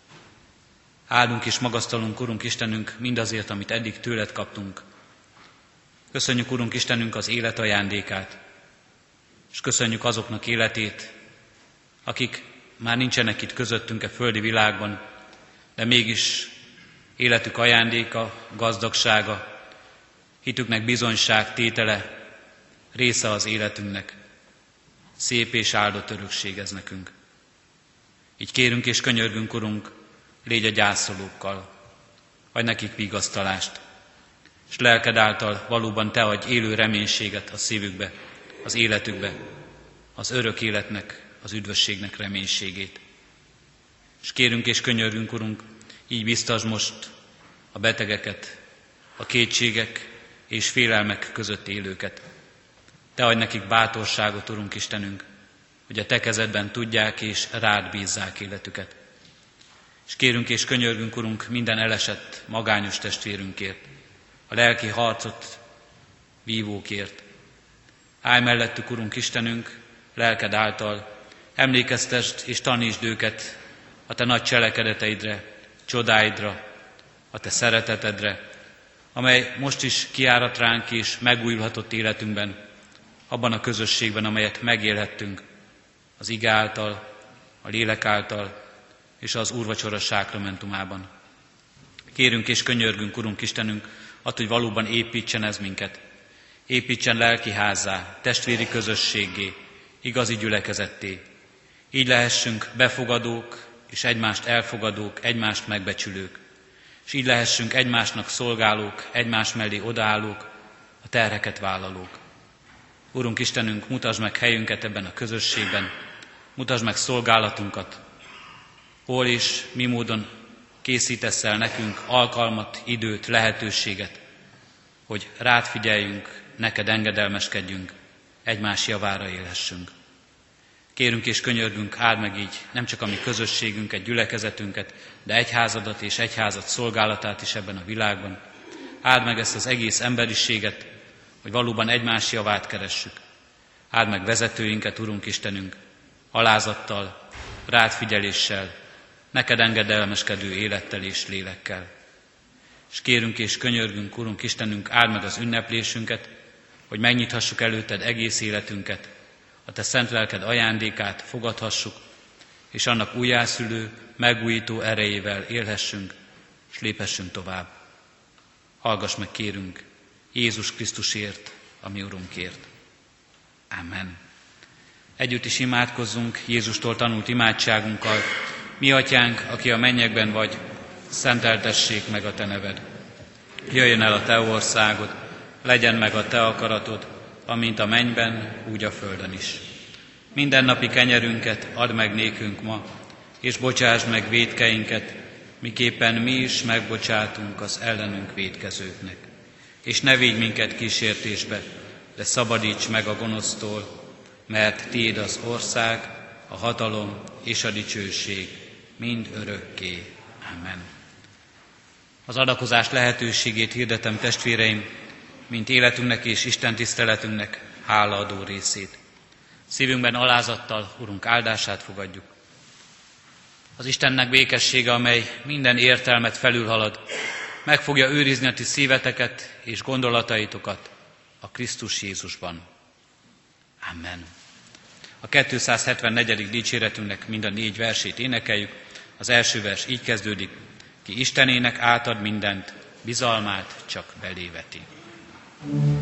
Áldunk és magasztalunk, Urunk Istenünk, mindazért, amit eddig tőled kaptunk. Köszönjük, Urunk Istenünk, az élet ajándékát, és köszönjük azoknak életét, akik már nincsenek itt közöttünk a földi világban, de mégis életük ajándéka, gazdagsága, hitüknek bizonyság tétele, része az életünknek. Szép és áldott örökség ez nekünk. Így kérünk és könyörgünk, Urunk, légy a gyászolókkal, adj nekik vigasztalást, és lelked által valóban te adj élő reménységet a szívükbe, az életükbe, az örök életnek, az üdvösségnek reménységét. És kérünk és könyörgünk, Urunk, így biztasd most a betegeket, a kétségek és félelmek között élőket. Te adj nekik bátorságot, Urunk Istenünk, hogy a te kezedben tudják és rád bízzák életüket. És kérünk és könyörgünk, Urunk, minden elesett, magányos testvérünkért, a lelki harcot vívókért. Állj mellettük, Urunk Istenünk, lelked által, emlékeztesd és tanítsd őket a Te nagy cselekedeteidre, csodáidra, a Te szeretetedre, amely most is kiárat ránk és megújulhatott életünkben, abban a közösségben, amelyet megélhettünk, az ige által, a lélek által és az úrvacsora sákramentumában. Kérünk és könyörgünk, Urunk Istenünk, attól, hogy valóban építsen ez minket. Építsen lelki házzá, testvéri közösséggé, igazi gyülekezetté. Így lehessünk befogadók és egymást elfogadók, egymást megbecsülők. És így lehessünk egymásnak szolgálók, egymás mellé odaállók, a terheket vállalók. Urunk Istenünk, mutasd meg helyünket ebben a közösségben, mutasd meg szolgálatunkat, hol és mi módon készítesz el nekünk alkalmat, időt, lehetőséget, hogy rád figyeljünk, neked engedelmeskedjünk, egymás javára élhessünk. Kérünk és könyörgünk, áld meg így nem csak a mi közösségünket, gyülekezetünket, de egyházadat és egyházat szolgálatát is ebben a világban. Áld meg ezt az egész emberiséget, hogy valóban egymás javát keressük. Áld meg vezetőinket, Urunk Istenünk, alázattal, rád figyeléssel, neked engedelmeskedő élettel és lélekkel. És kérünk és könyörgünk, Urunk Istenünk, áld meg az ünneplésünket, hogy megnyithassuk előtted egész életünket, a Te szent lelked ajándékát fogadhassuk, és annak újjászülő, megújító erejével élhessünk, és léphessünk tovább. Hallgass meg, kérünk, Jézus Krisztusért, a mi Urunkért. Amen. Együtt is imádkozzunk Jézustól tanult imádságunkkal. Mi Atyánk, aki a mennyekben vagy, szenteltessék meg a Te neved. Jöjjön el a Te országod, legyen meg a Te akaratod, amint a mennyben, úgy a földön is. Mindennapi kenyerünket add meg nékünk ma, és bocsásd meg vétkeinket, miképpen mi is megbocsátunk az ellenünk vétkezőknek. És ne védj minket kísértésbe, de szabadíts meg a gonosztól, mert Tiéd az ország, a hatalom és a dicsőség mind örökké. Amen. Az adakozás lehetőségét hirdetem, testvéreim, mint életünknek és Isten tiszteletünknek hálaadó részét. Szívünkben alázattal Urunk áldását fogadjuk. Az Istennek békessége, amely minden értelmet felülhalad, meg fogja őrizni a ti szíveteket és gondolataitokat a Krisztus Jézusban. Amen. A kétszázhetvennegyedik dicséretünknek mind a négy versét énekeljük. Az első vers így kezdődik: ki Istenének átad mindent, bizalmát csak beléveti.